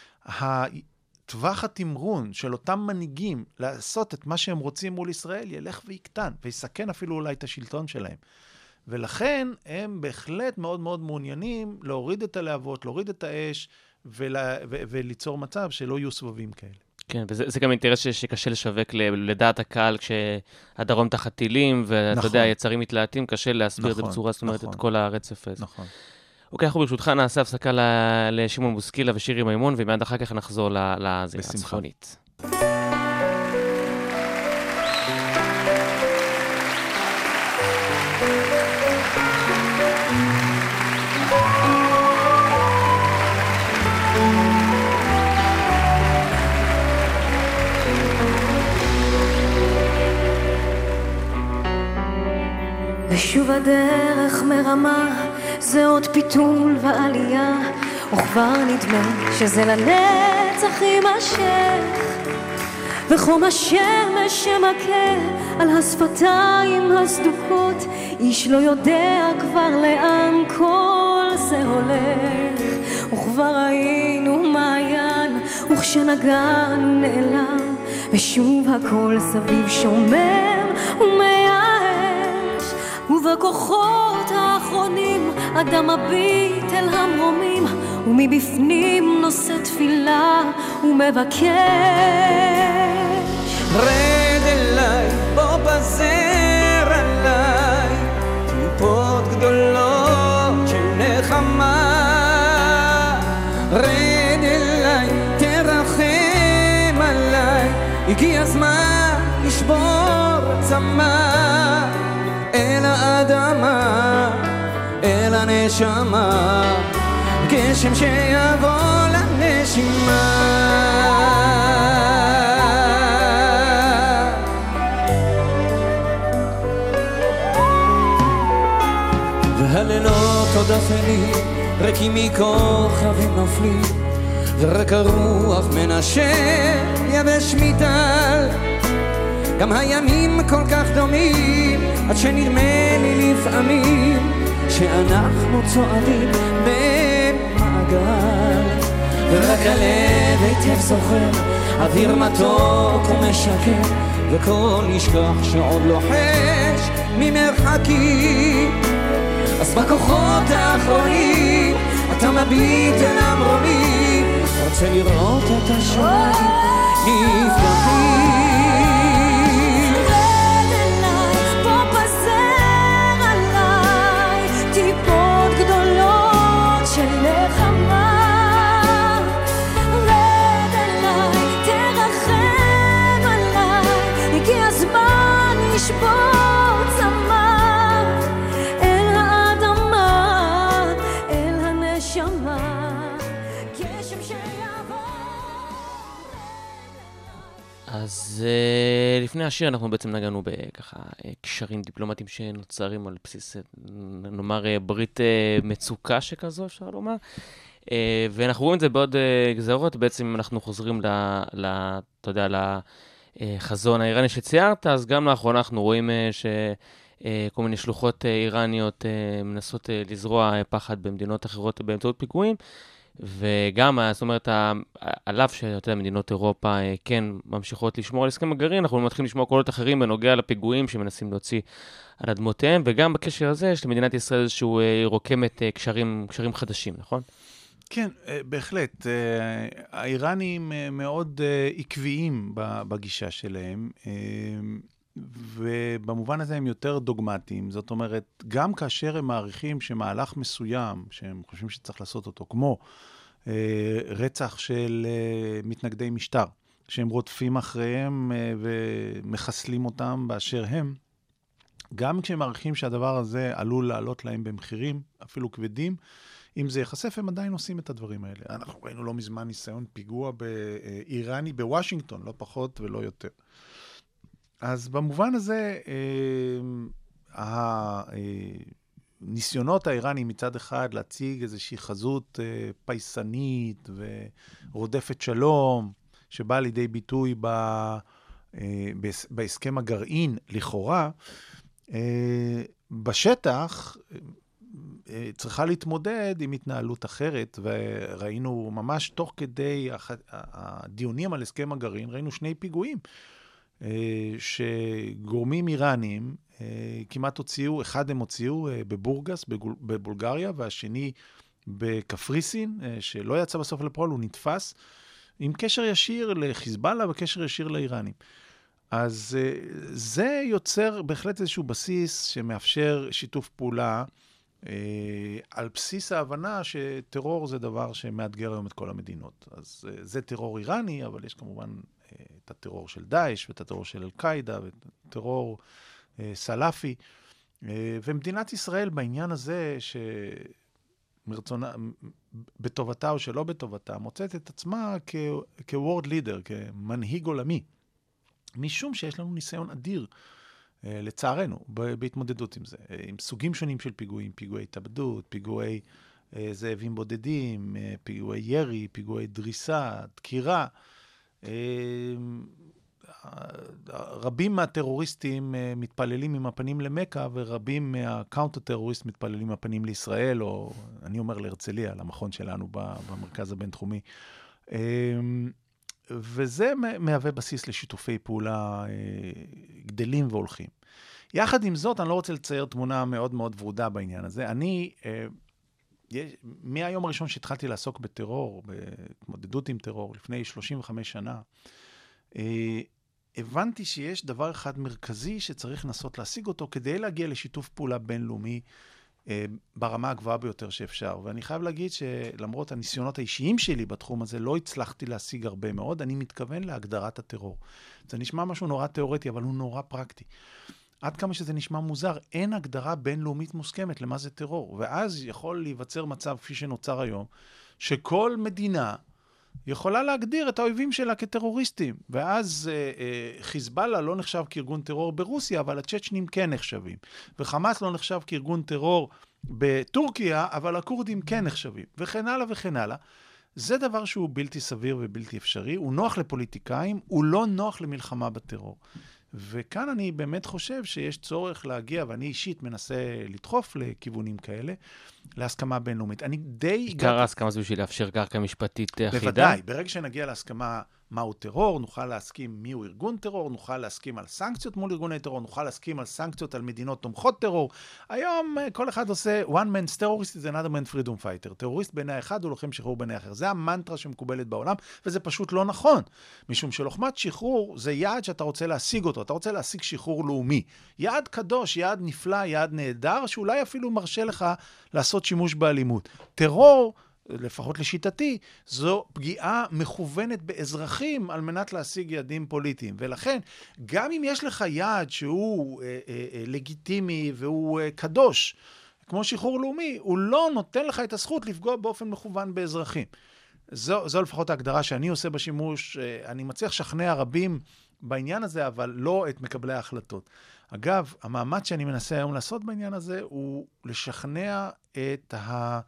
טווח התמרון של אותם מנהיגים לעשות את מה שהם רוצים מול ישראל ילך ויקטן, ויסכן אפילו אולי את השלטון שלהם. ולכן הם בהחלט מאוד מאוד מעוניינים להוריד את הלהבות, להוריד את האש, ולה, ו, וליצור מצב שלא יהיו סבבים כאלה. כן, וזה גם אינטרס שקשה לשווק לדעת הקהל כשהדרום תחת טילים, ואתה יודע, יצרים מתלהטים, קשה להסביר את זה בצורה, זאת אומרת, את כל הרצף הזה. נכון. אוקיי, אנחנו ברשותך נעשה הפסקה לשמעון בוסקילה ושירי מימון, ומיד אחר כך נחזור לזירה הצפונית. ושוב הדרך מרמה, זה עוד פיתול ועלייה, וכבר נדמה שזה לנצח יימשך, וחום השמש שמכה על השפתיים הסדוקות, איש לא יודע כבר לאן כל זה הולך, וכבר היינו מעיין, וכשנגענו נעלם, ושוב הכל סביב שומם ומייאש, ובכוחות האחרונים אדם מביט אל המרומים, ומבפנים נושא תפילה ומבקש. רד אליי, בוא בזר עליי, טיפות גדולות של נחמה. רד אליי, תרחם עליי, הגיע הזמן לשבור צמא. אל האדמה, אל הנשמה, גשם שיבוא לנשימה. והלילות עוד אפלים, ריקים מכוכבים נופלים, ורק הרוח מנשב יבש מטל. גם הימים כל כך דומים, עד שנדמה לי לפעמים שאנחנו צועדים במעגל, ורק הלב היטב זוכר אוויר מתוק ומשקר, וכל נשכח שעוד לוחש ממרחקים. אז בכוחות האחרונים אתה מביט אל המרומים, רוצה לראות את השמיים נפתחים. אז לפני השיר אנחנו בעצם נגענו בככה קשרים דיפלומטיים שנוצרים על בסיס, נאמר, ברית מצוקה שכזו, אפשר לומר. ואנחנו רואים את זה בעוד גזרות, בעצם אנחנו חוזרים ל, ל, אתה יודע, לחזון האיראני שציירת, אז גם לאחרונה אנחנו רואים שכל מיני שלוחות איראניות מנסות לזרוע פחד במדינות אחרות באמצעות פיגועים, וגם, זאת אומרת, עליו שאתה יודע, מדינות אירופה כן ממשיכות לשמור על הסכם הגרעין, אנחנו מתחילים לשמוע קולות אחרים בנוגע לפיגועים שמנסים להוציא על אדמותיהם, וגם בקשר הזה יש למדינת ישראל איזשהו רוקמת קשרים, קשרים חדשים, נכון? כן, בהחלט. האיראנים מאוד עקביים בגישה שלהם, ובמובן הזה הם יותר דוגמטיים. זאת אומרת, גם כאשר הם מעריכים שמהלך מסוים, שהם חושבים שצריך לעשות אותו, כמו רצח של מתנגדי משטר, שהם רודפים אחריהם ומחסלים אותם באשר הם, גם כשהם מעריכים שהדבר הזה עלול לעלות להם במחירים, אפילו כבדים, אם זה יחשף, הם עדיין עושים את הדברים האלה. אנחנו ראינו לא מזמן ניסיון פיגוע באיראני בוושינגטון, לא פחות ולא יותר. אז במובן הזה, הניסיונות האיראנים מצד אחד להציג איזושהי חזות פייסנית ורודפת שלום, שבא לידי ביטוי ב, בהסכם הגרעין לכאורה, בשטח צריכה להתמודד עם התנהלות אחרת, וראינו ממש תוך כדי הדיונים על הסכם הגרעין, ראינו שני פיגועים, שגורמים איראנים כמעט הוציאו, אחד הם הוציאו בבורגס, בבולגריה, והשני בקפריסין, שלא יצא בסוף לפועל, הוא נתפס, עם קשר ישיר לחיזבאללה וקשר ישיר לאיראנים. אז זה יוצר בהחלט איזשהו בסיס שמאפשר שיתוף פעולה, על בסיס ההבנה שטרור זה דבר שמאתגר היום את כל המדינות. אז זה טרור איראני, אבל יש כמובן את הטרור של דאעש, ואת הטרור של אל-קאידה, ואת הטרור סלאפי. ומדינת ישראל בעניין הזה, שמרצונה, בטובתה או שלא בטובתה, מוצאת את עצמה כ-world leader, כמנהיג עולמי. משום שיש לנו ניסיון אדיר, לצערנו, בהתמודדות עם זה. עם סוגים שונים של פיגועים, פיגועי התאבדות, פיגועי זאבים בודדים, פיגועי ירי, פיגועי דריסה, דקירה. רבים מהטרוריסטים מתפללים עם הפנים למכה, ורבים מהקאונטר-טרוריסט מתפללים עם הפנים לישראל, או אני אומר להרצליה, למכון שלנו במרכז הבינתחומי. וזה מהווה בסיס לשיתופי פעולה גדלים והולכים. יחד עם זאת, אני לא רוצה לצייר תמונה מאוד מאוד ורודה בעניין הזה. אני, מהיום הראשון שהתחלתי לעסוק בטרור, בהתמודדות עם טרור, לפני שלושים וחמש שנה, הבנתי שיש דבר אחד מרכזי שצריך לנסות להשיג אותו, כדי להגיע לשיתוף פעולה בינלאומי, ברמה הגבוהה ביותר שאפשר. ואני חייב להגיד שלמרות הניסיונות האישיים שלי בתחום הזה, לא הצלחתי להשיג הרבה מאוד. אני מתכוון להגדרת הטרור. זה נשמע משהו נורא תיאורטי, אבל הוא נורא פרקטי. עד כמה שזה נשמע מוזר, אין הגדרה בינלאומית מוסכמת למה זה טרור. ואז יכול להיווצר מצב, כפי שנוצר היום, שכל מדינה יכולה להגדיר את האויבים שלה כטרוריסטים. ואז אה, אה, חיזבאללה לא נחשב כארגון טרור ברוסיה, אבל הצ'צ'נים כן נחשבים. וחמאס לא נחשב כארגון טרור בטורקיה, אבל הכורדים כן נחשבים. וכן הלאה וכן הלאה. זה דבר שהוא בלתי סביר ובלתי אפשרי. הוא נוח לפוליטיקאים, הוא לא נוח למלחמה בטרור. וכאן אני באמת חושב שיש צורך להגיע, ואני אישית מנסה לדחוף לכיוונים כאלה, להסכמה בינלאומית. אני די... עיקר ההסכמה זה בשביל לאפשר קרקע משפטית אחידה? בוודאי. ברגע שנגיע להסכמה מהו טרור, נוכל להסכים מיהו ארגון טרור, נוכל להסכים על סנקציות מול ארגוני טרור, נוכל להסכים על סנקציות על מדינות תומכות טרור. היום כל אחד עושה one man's terrorist is another man's freedom fighter. טרוריסט בעיני אחד הוא לוחם שחרור בעיני אחר. זה המנטרה שמקובלת בעולם, וזה פשוט לא נכון. משום שלוחמת שחרור זה יעד שאתה רוצה להשיג אותו. אתה רוצה להשיג שחרור לאומי. יעד קדוש, יעד נפלא, יעד נהדר, שאולי אפילו מרשה לך לעשות שימוש באלימות. טרור, לפחות לשיטתי, זו פגיעה מכוונת באזרחים על מנת להשיג יעדים פוליטיים. ולכן, גם אם יש לך יעד שהוא אה, אה, אה, לגיטימי והוא אה, קדוש, כמו שחרור לאומי, הוא לא נותן לך את הזכות לפגוע באופן מכוון באזרחים. זו, זו לפחות ההגדרה שאני עושה בשימוש. אה, אני מצליח לשכנע רבים בעניין הזה, אבל לא את מקבלי ההחלטות. אגב, המאמץ שאני מנסה היום לעשות בעניין הזה, הוא לשכנע את ה...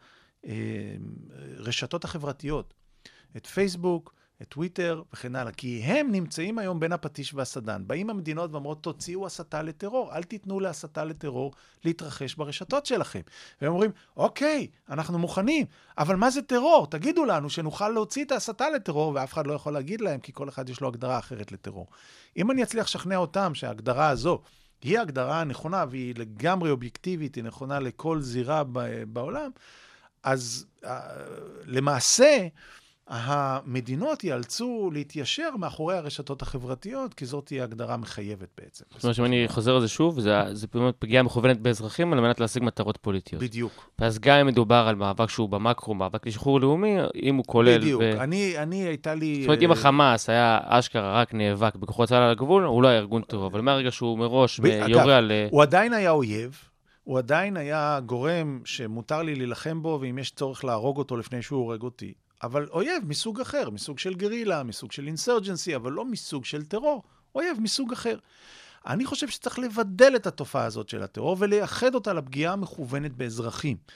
רשתות החברתיות, את פייסבוק, את טוויטר וכן הלאה, כי הם נמצאים היום בין הפטיש והסדן. באים המדינות ואומרות, תוציאו הסתה לטרור, אל תיתנו להסתה לטרור להתרחש ברשתות שלכם. והם אומרים, אוקיי, אנחנו מוכנים, אבל מה זה טרור? תגידו לנו שנוכל להוציא את ההסתה לטרור, ואף אחד לא יכול להגיד להם, כי כל אחד יש לו הגדרה אחרת לטרור. אם אני אצליח לשכנע אותם שההגדרה הזו היא ההגדרה הנכונה, והיא לגמרי אובייקטיבית, היא נכונה לכל זירה בעולם, אז למעשה המדינות יאלצו להתיישר מאחורי הרשתות החברתיות, כי זאת תהיה הגדרה מחייבת בעצם. זאת אומרת, אם אני חוזר על זה שוב, זה, זה באמת פגיעה מכוונת באזרחים על מנת להשיג מטרות פוליטיות. בדיוק. ואז גם אם מדובר על מאבק שהוא במקרו, מאבק לשחרור לאומי, אם הוא כולל... בדיוק. ו... אני, אני הייתה לי... זאת אומרת, אם החמאס היה אשכרה רק נאבק בכוחות צה"ל על הגבול, הוא לא היה ארגון טרור, אבל מהרגע שהוא מראש ב... יורה אגב, על... הוא עדיין היה אויב, הוא עדיין היה גורם שמותר לי להילחם בו, ואם יש צורך להרוג אותו לפני שהוא הורג אותי. אבל אויב מסוג אחר, מסוג של גרילה, מסוג של אינסרג'נסי, אבל לא מסוג של טרור. אויב מסוג אחר. אני חושב שצריך לבדל את התופעה הזאת של הטרור, ולייחד אותה לפגיעה המכוונת באזרחים.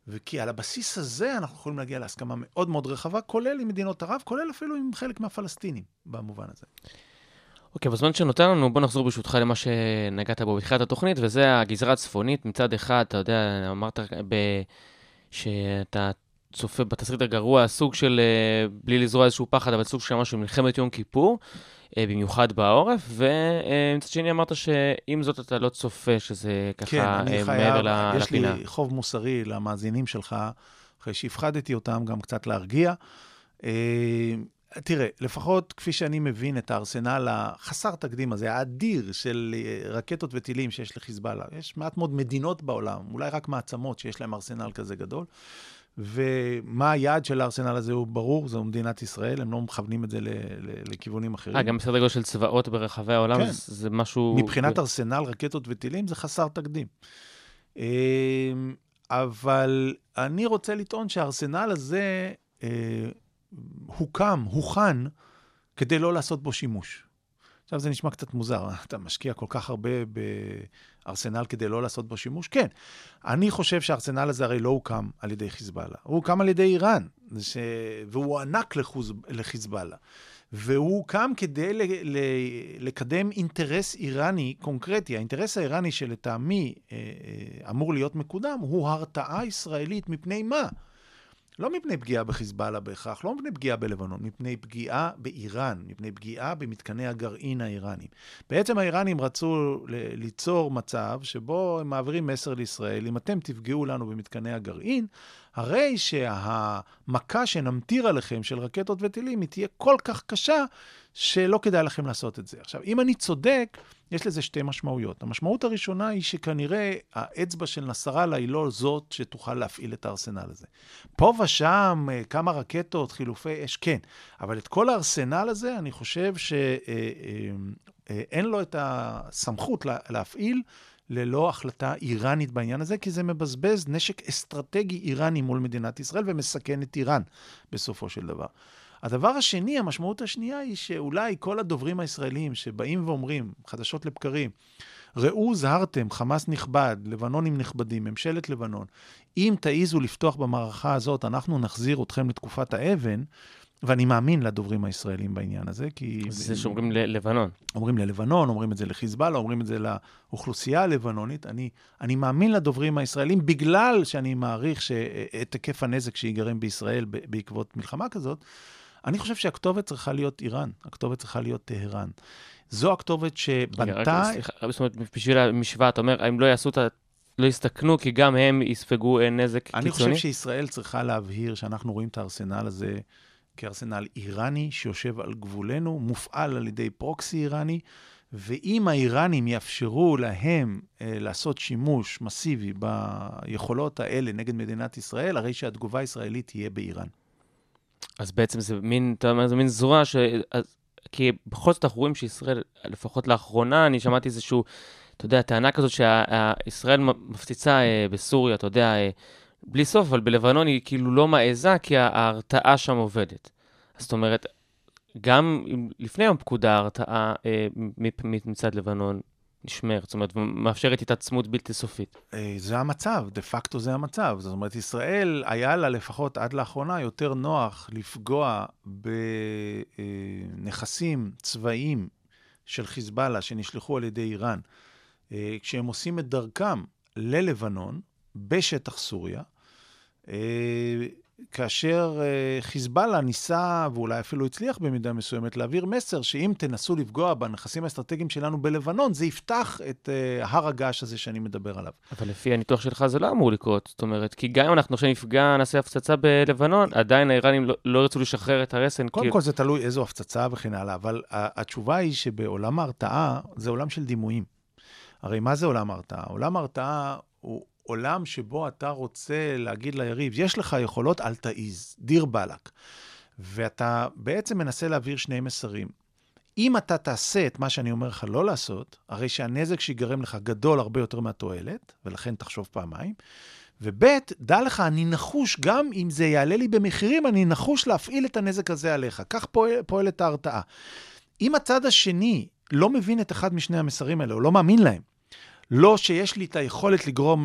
וכי על הבסיס הזה אנחנו יכולים להגיע להסכמה מאוד מאוד רחבה, כולל עם מדינות ערב, כולל אפילו עם חלק מהפלסטינים, במובן הזה. אוקיי, בזמן שנותן לנו, בוא נחזור ברשותך למה שנגעת בו בתחילת התוכנית, וזה הגזרה הצפונית. מצד אחד, אתה יודע, אמרת ב... שאתה צופה בתסריט הגרוע, סוג של, בלי לזרוע איזשהו פחד, אבל סוג של משהו מלחמת יום כיפור, במיוחד בעורף, ומצד שני אמרת שאם זאת אתה לא צופה, שזה ככה כן, אני מעבר חייב, לפינה. יש לי חוב מוסרי למאזינים שלך, אחרי שהפחדתי אותם גם קצת להרגיע. תראה, לפחות כפי שאני מבין את הארסנל החסר תקדים הזה, האדיר של רקטות וטילים שיש לחיזבאללה, יש מעט מאוד מדינות בעולם, אולי רק מעצמות שיש להם ארסנל כזה גדול, ומה היעד של הארסנל הזה הוא ברור, זו מדינת ישראל, הם לא מכוונים את זה ל- ל- לכיוונים אחרים. אה, גם בסדר גודל של צבאות ברחבי העולם, כן. זה, זה משהו... מבחינת ארסנל, רקטות וטילים, זה חסר תקדים. אבל אני רוצה לטעון שהארסנל הזה הוקם, הוכן, כדי לא לעשות בו שימוש. עכשיו זה נשמע קצת מוזר, אתה משקיע כל כך הרבה בארסנל כדי לא לעשות בו שימוש? כן. אני חושב שהארסנל הזה הרי לא הוקם על ידי חיזבאללה, הוא הוקם על ידי איראן, ש... והוא ענק לחוז... לחיזבאללה. והוא הוקם כדי ל... ל... לקדם אינטרס איראני קונקרטי. האינטרס האיראני שלטעמי אמור להיות מקודם, הוא הרתעה ישראלית מפני מה? לא מפני פגיעה בחיזבאללה בהכרח, לא מפני פגיעה בלבנון, מפני פגיעה באיראן, מפני פגיעה במתקני הגרעין האיראנים. בעצם האיראנים רצו ליצור מצב שבו הם מעבירים מסר לישראל, אם אתם תפגעו לנו במתקני הגרעין, הרי שהמכה שנמטיר עליכם של רקטות וטילים, היא תהיה כל כך קשה שלא כדאי לכם לעשות את זה. עכשיו, אם אני צודק, יש לזה שתי משמעויות. המשמעות הראשונה היא שכנראה האצבע של נסראללה היא לא זאת שתוכל להפעיל את הארסנל הזה. פה ושם כמה רקטות, חילופי אש, כן. אבל את כל הארסנל הזה אני חושב שאין לו את הסמכות להפעיל ללא החלטה איראנית בעניין הזה, כי זה מבזבז נשק אסטרטגי איראני מול מדינת ישראל ומסכן את איראן בסופו של דבר. הדבר השני, המשמעות השנייה היא שאולי כל הדוברים הישראלים שבאים ואומרים, חדשות לבקרים, ראו זהרתם, חמאס נכבד, לבנונים נכבדים, ממשלת לבנון, אם תעיזו לפתוח במערכה הזאת, אנחנו נחזיר אתכם לתקופת האבן, ואני מאמין לדוברים הישראלים בעניין הזה, כי... זה שאומרים ללבנון. אומרים ללבנון, אומרים את זה לחיזבאללה, אומרים את זה לאוכלוסייה הלבנונית. אני, אני מאמין לדוברים הישראלים, בגלל שאני מעריך שאת היקף הנזק שיגרם בישראל בעקבות מלחמה כזאת, אני חושב שהכתובת צריכה להיות איראן, הכתובת צריכה להיות טהרן. זו הכתובת שבנתה... סליחה, זאת אומרת, בשביל המשוואה, אתה אומר, הם לא יעשו את ה... לא יסתכנו, כי גם הם יספגו נזק קיצוני? אני חושב שישראל צריכה להבהיר שאנחנו רואים את הארסנל הזה כארסנל איראני שיושב על גבולנו, מופעל על ידי פרוקסי איראני, ואם האיראנים יאפשרו להם אה, לעשות שימוש מסיבי ביכולות האלה נגד מדינת ישראל, הרי שהתגובה הישראלית תהיה באיראן. אז בעצם זה מין, אתה אומר, זה מין זרוע ש... כי בכל זאת אנחנו רואים שישראל, לפחות לאחרונה, אני שמעתי איזשהו, אתה יודע, טענה כזאת שישראל מפציצה אה, בסוריה, אתה יודע, אה, בלי סוף, אבל בלבנון היא כאילו לא מעזה, כי ההרתעה שם עובדת. אז זאת אומרת, גם לפני יום פקודה, ההרתעה אה, מצד לבנון נשמר, זאת אומרת, מאפשרת התעצמות בלתי סופית. זה המצב, דה פקטו זה המצב. זאת אומרת, ישראל היה לה לפחות עד לאחרונה יותר נוח לפגוע בנכסים צבאיים של חיזבאללה שנשלחו על ידי איראן, כשהם עושים את דרכם ללבנון, בשטח סוריה, כאשר חיזבאללה ניסה, ואולי אפילו הצליח במידה מסוימת, להעביר מסר שאם תנסו לפגוע בנכסים האסטרטגיים שלנו בלבנון, זה יפתח את הר הגעש הזה שאני מדבר עליו. אבל לפי הניתוח שלך זה לא אמור לקרות. זאת אומרת, כי גם אם אנחנו עכשיו נפגע, נעשה הפצצה בלבנון, עדיין האיראנים לא, לא רצו לשחרר את הרסן. קודם כי... כל זה תלוי איזו הפצצה וכן הלאה, אבל התשובה היא שבעולם ההרתעה זה עולם של דימויים. הרי מה זה עולם ההרתעה? עולם ההרתעה הוא עולם שבו אתה רוצה להגיד ליריב, יש לך יכולות, אל תעיז, דיר בלק. ואתה בעצם מנסה להעביר שני מסרים. אם אתה תעשה את מה שאני אומר לך לא לעשות, הרי שהנזק שיגרם לך גדול הרבה יותר מהתועלת, ולכן תחשוב פעמיים. ובית, דע לך, אני נחוש, גם אם זה יעלה לי במחירים, אני נחוש להפעיל את הנזק הזה עליך. כך פועל, פועלת ההרתעה. אם הצד השני לא מבין את אחד משני המסרים האלה, או לא מאמין להם, לא שיש לי את היכולת לגרום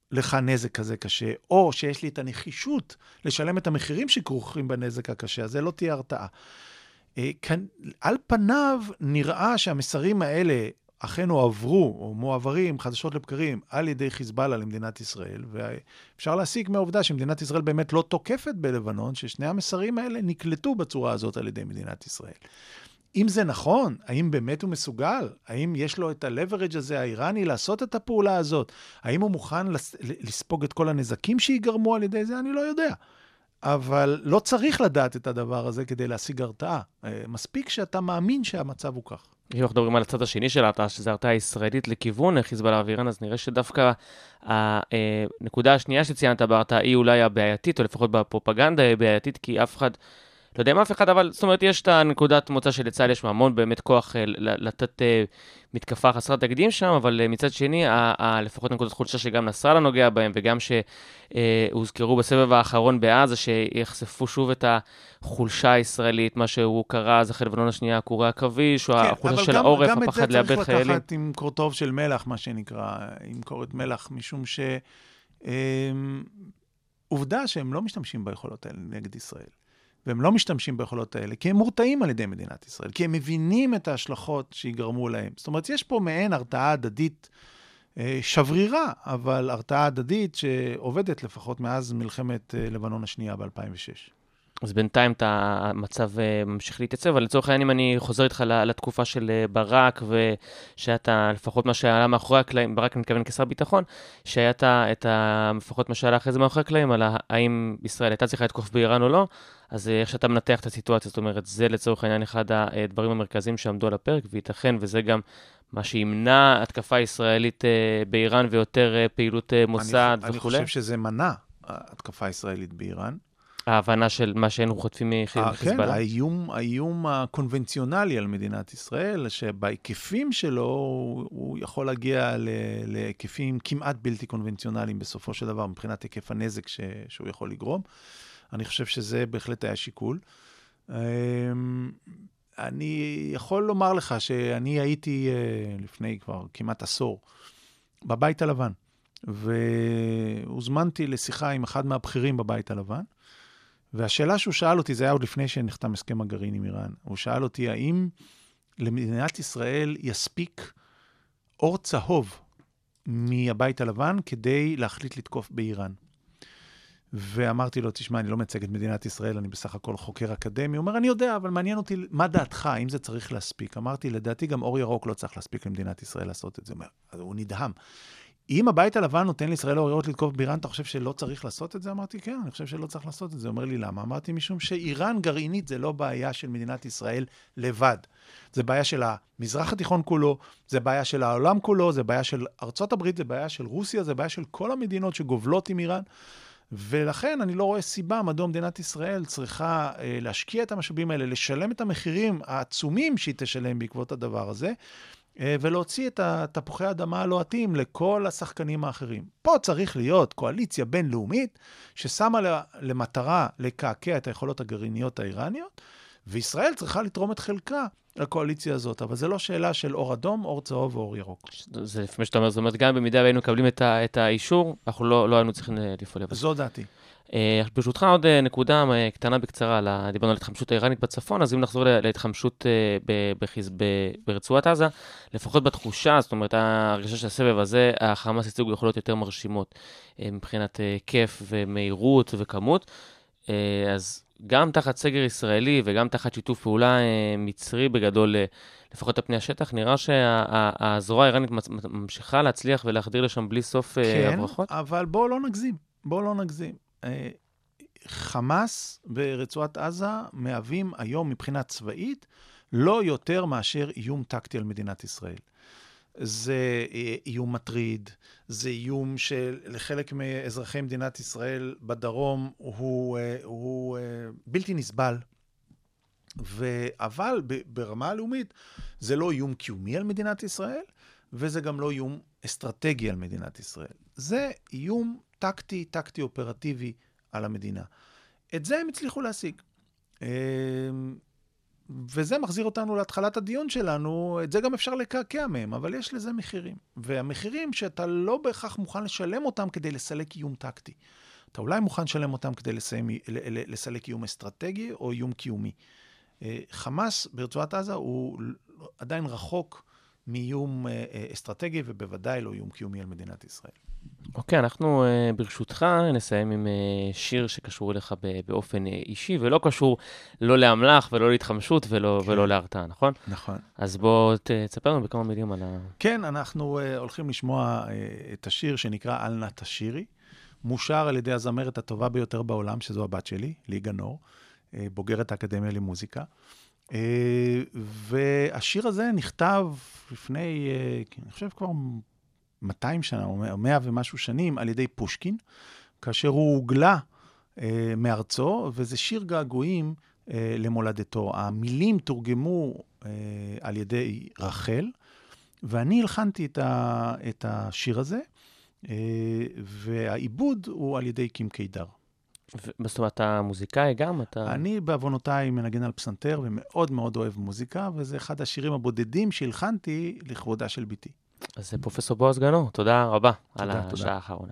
לך נזק כזה קשה, או שיש לי את הנחישות לשלם את המחירים שכרוכים בנזק הקשה, אז זה לא תהיה הרתעה. כאן, על פניו נראה שהמסרים האלה אכן הועברו, או מועברים חדשות לבקרים, על ידי חיזבאללה למדינת ישראל, ואפשר להסיק מהעובדה שמדינת ישראל באמת לא תוקפת בלבנון, ששני המסרים האלה נקלטו בצורה הזאת על ידי מדינת ישראל. אם זה נכון, האם באמת הוא מסוגל? האם יש לו את ה-leverage הזה האיראני לעשות את הפעולה הזאת? האם הוא מוכן לספוג את כל הנזקים שיגרמו על ידי זה? אני לא יודע. אבל לא צריך לדעת את הדבר הזה כדי להשיג הרתעה. מספיק שאתה מאמין שהמצב הוא כך. אם אנחנו מדברים על הצד השני של ההרתעה, שזה הרתעה ישראלית לכיוון חיזבאללה ואיראן, אז נראה שדווקא הנקודה השנייה שציינת בהרתעה היא אולי הבעייתית, או לפחות בפרופגנדה היא בעייתית, כי אף אחד, לא יודע אם אף אחד, אבל זאת אומרת, יש את הנקודת מוצא של לצה"ל, יש המון באמת כוח לתת מתקפה חסרת תקדים שם, אבל מצד שני, לפחות נקודת חולשה שגם נסראללה נוגע בהם, וגם שהוזכרו בסבב האחרון בעזה, שיחשפו שוב את החולשה הישראלית, מה שהוא קרא, אז אחרי לבנון השנייה, הקורי הכביש, או החולשה של העורף, הפחד לאבד חיילים. גם את זה צריך לקחת עם קורטוב של מלח, מה שנקרא, עם קורת מלח, משום ש... עובדה שהם לא משתמשים ביכולות האלה נגד ישראל. והם לא משתמשים ביכולות האלה, כי הם מורתעים על ידי מדינת ישראל, כי הם מבינים את ההשלכות שיגרמו להם. זאת אומרת, יש פה מעין הרתעה הדדית אה, שברירה, אבל הרתעה הדדית שעובדת לפחות מאז מלחמת אה, לבנון השנייה ב-אלפיים ושש. אז בינתיים המצב ממשיך להתייצב, אבל לצורך העניין אם אני חוזר איתך לתקופה של ברק, ושאתה לפחות מה שעלה מאחורי הקלעים, ברק אני מתכוון כשר ביטחון, שהיית את לפחות מה שעלה אחרי זה מאחורי הקלעים, על האם ישראל הייתה צריכה לתקוף באיראן או לא, אז איך שאתה מנתח את הסיטואציה, זאת אומרת, זה לצורך העניין אחד הדברים המרכזיים שעמדו על הפרק, וייתכן, וזה גם מה שימנע התקפה ישראלית באיראן, ויותר פעילות מוסד וכו'. אני חושב שזה מנע התקפה ישראלית באיראן, ההבנה של מה שהיינו חוטפים מחיזבאללה. כן, האיום, האיום הקונבנציונלי על מדינת ישראל, שבהיקפים שלו הוא יכול להגיע להיקפים כמעט בלתי קונבנציונליים בסופו של דבר, מבחינת היקף הנזק ש, שהוא יכול לגרום. אני חושב שזה בהחלט היה שיקול. אני יכול לומר לך שאני הייתי לפני כבר כמעט עשור בבית הלבן, והוזמנתי לשיחה עם אחד מהבכירים בבית הלבן, והשאלה שהוא שאל אותי, זה היה עוד לפני שנחתם הסכם הגרעין עם איראן, הוא שאל אותי, האם למדינת ישראל יספיק אור צהוב מהבית הלבן כדי להחליט לתקוף באיראן? ואמרתי לו, תשמע, אני לא מייצג את מדינת ישראל, אני בסך הכל חוקר אקדמי. הוא אומר, אני יודע, אבל מעניין אותי, מה דעתך, האם זה צריך להספיק? אמרתי, לדעתי גם אור ירוק לא צריך להספיק למדינת ישראל לעשות את זה. הוא אומר, אז הוא נדהם. אם הבית הלבן נותן לישראל אור ירוק לתקוף באיראן, אתה חושב שלא צריך לעשות את זה? אמרתי, כן, אני חושב שלא צריך לעשות את זה. הוא אומר לי, למה? אמרתי, משום שאיראן גרעינית זה לא בעיה של מדינת ישראל לבד. זה בעיה של המזרח התיכון כולו, זה בעיה של העולם כולו, זה בעיה של ארצות הברית, זה בעיה של רוסיה, זה בעיה של כל המדינות שגובלות עם איראן. ולכן אני לא רואה סיבה מדוע מדינת ישראל צריכה אה, להשקיע את המשאבים האלה, לשלם את המחירים העצומים שהיא תשלם בעקבות הדבר הזה, אה, ולהוציא את תפוחי האדמה הלוהטים לכל השחקנים האחרים. פה צריך להיות קואליציה בינלאומית ששמה למטרה לקעקע את היכולות הגרעיניות האיראניות, וישראל צריכה לתרום את חלקה לקואליציה הזאת, אבל זה לא שאלה של אור אדום, אור צהוב ואור ירוק. זה לפני שאתה אומר, זאת אומרת, גם במידה והיינו מקבלים את, ה, את האישור, אנחנו לא, לא היינו צריכים לפעול. זו דעתי. ברשותך עוד נקודה קטנה בקצרה, דיברנו על התחמשות האיראנית בצפון, אז אם נחזור להתחמשות ברצועת עזה, לפחות בתחושה, זאת אומרת, הרגשה של הסבב הזה, החמאס הציגו יכולות יותר מרשימות, מבחינת כיף ומהירות וכמות, אז גם תחת סגר ישראלי וגם תחת שיתוף פעולה מצרי בגדול, לפחות על פני השטח, נראה שהזרוע האיראנית ממשיכה להצליח ולהחדיר לשם בלי סוף הברחות? כן, אבל בואו לא נגזים, בואו לא נגזים. חמאס ברצועת עזה מהווים היום מבחינה צבאית לא יותר מאשר איום טקטי על מדינת ישראל. זה איום מטריד, זה איום שלחלק מאזרחי מדינת ישראל בדרום הוא, הוא בלתי נסבל. ו... אבל ברמה הלאומית זה לא איום קיומי על מדינת ישראל, וזה גם לא איום אסטרטגי על מדינת ישראל. זה איום טקטי, טקטי אופרטיבי על המדינה. את זה הם הצליחו להשיג. וזה מחזיר אותנו להתחלת הדיון שלנו, את זה גם אפשר לקעקע מהם, אבל יש לזה מחירים. והמחירים שאתה לא בהכרח מוכן לשלם אותם כדי לסלק איום טקטי. אתה אולי מוכן לשלם אותם כדי לסיים, לסלק איום אסטרטגי או איום קיומי. חמאס ברצועת עזה הוא עדיין רחוק מאיום אסטרטגי, ובוודאי לא איום קיומי על מדינת ישראל. אוקיי, אנחנו ברשותך נסיים עם שיר שקשור אליך באופן אישי, ולא קשור לא להמלך ולא להתחמשות ולא, כן. ולא להרתעה, נכון? נכון. אז בוא תספר לנו בכמה מילים על ה... כן, אנחנו הולכים לשמוע את השיר שנקרא אל נא תשירי, מושר על ידי הזמרת הטובה ביותר בעולם, שזו הבת שלי, ליגה נור, בוגרת האקדמיה למוזיקה. והשיר הזה נכתב לפני, אני חושב כבר מאתיים שנה, או מאה ומשהו שנים, על ידי פושקין, כאשר הוא הוגלה מארצו, וזה שיר געגועים למולדתו. המילים תורגמו על ידי רחל, ואני הלחנתי את השיר הזה, והעיבוד הוא על ידי קים קידר. זאת אומרת, אתה מוזיקאי גם? אתה... אני בעוונותיי מנגן על פסנתר, ומאוד מאוד אוהב מוזיקה, וזה אחד השירים הבודדים שהלחנתי לכבודה של ביתי. אז פרופסור בועז גנור, תודה רבה על השעה האחרונה.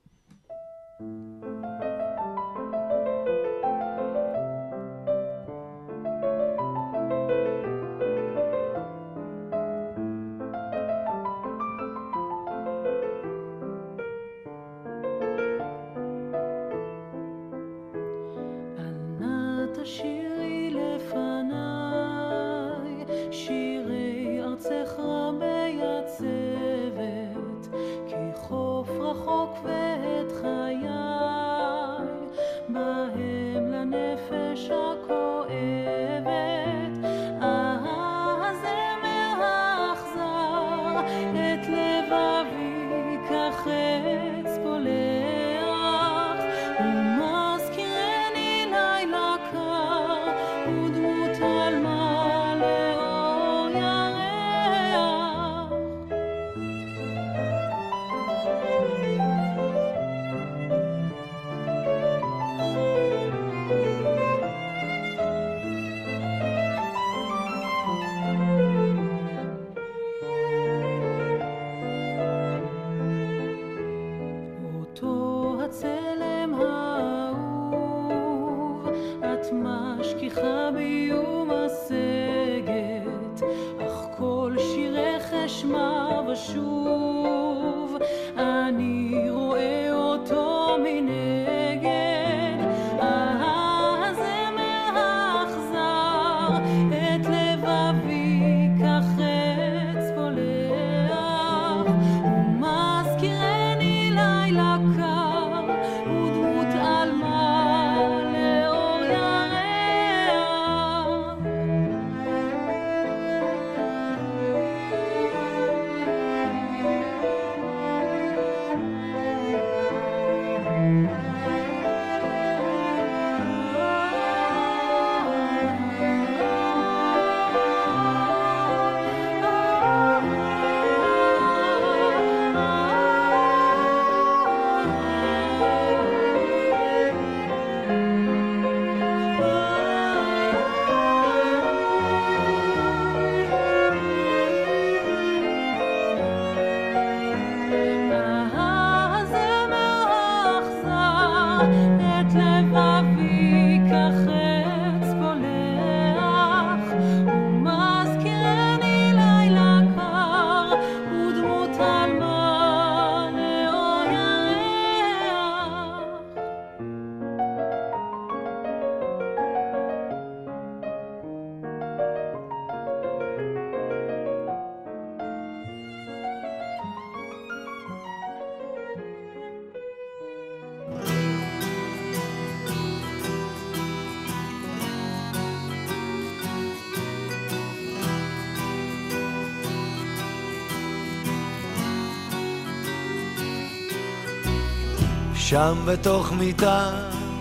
שם בתוך מיטה,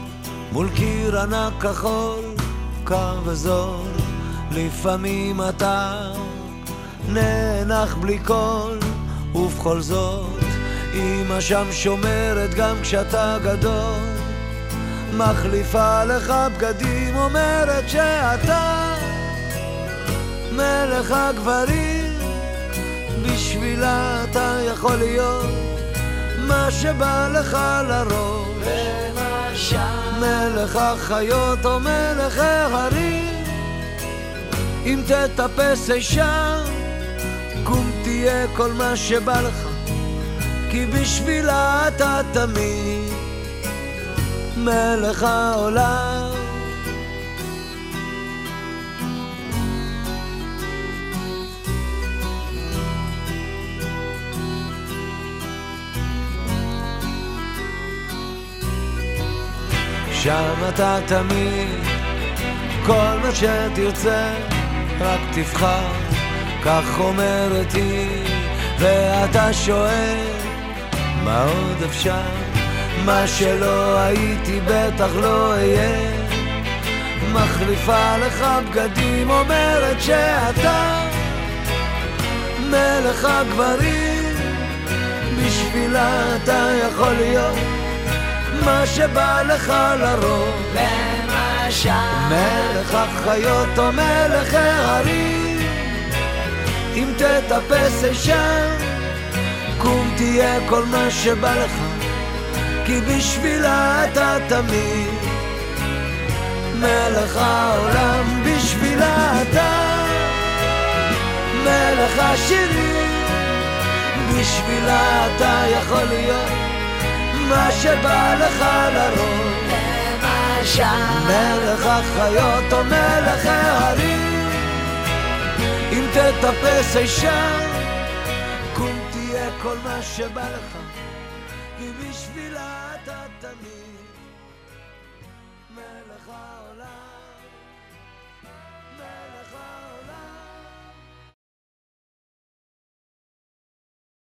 מול קיר ענק כחול, קר וזול, לפעמים אתה נאנח בלי קול, ובכל זאת אמא שם שומרת גם כשאתה גדול, מחליפה לך בגדים, אומרת שאתה מלך הגברים, בשבילה אתה יכול להיות מה שבא לך לראש. מלך החיות או מלך ההרים, אם תטפס אישה, קום תהיה כל מה שבא לך, כי בשבילה אתה תמיד מלך העולם. שם אתה תמיד, כל מה שתרצה, רק תבחר, כך אומרת היא, ואתה שואל, מה עוד אפשר? מה שלא הייתי בטח לא אהיה. מחליפה לך בגדים, אומרת שאתה מלך הגברים, בשבילה אתה יכול להיות מה שבא לך לראש. למשל מלך החיות או מלך ההרים, אם תטפס אישה, קום תהיה כל מה שבא לך, כי בשבילה אתה תמיד מלך העולם. בשבילה אתה מלך השירים, בשבילה אתה יכול להיות מה שבא לך לראש. למשל מלך החיות או מלך ההרים, אם תטפס אישה, קום תהיה כל מה שבא לך, כי בשבילה אתה תמיד מלך העולם.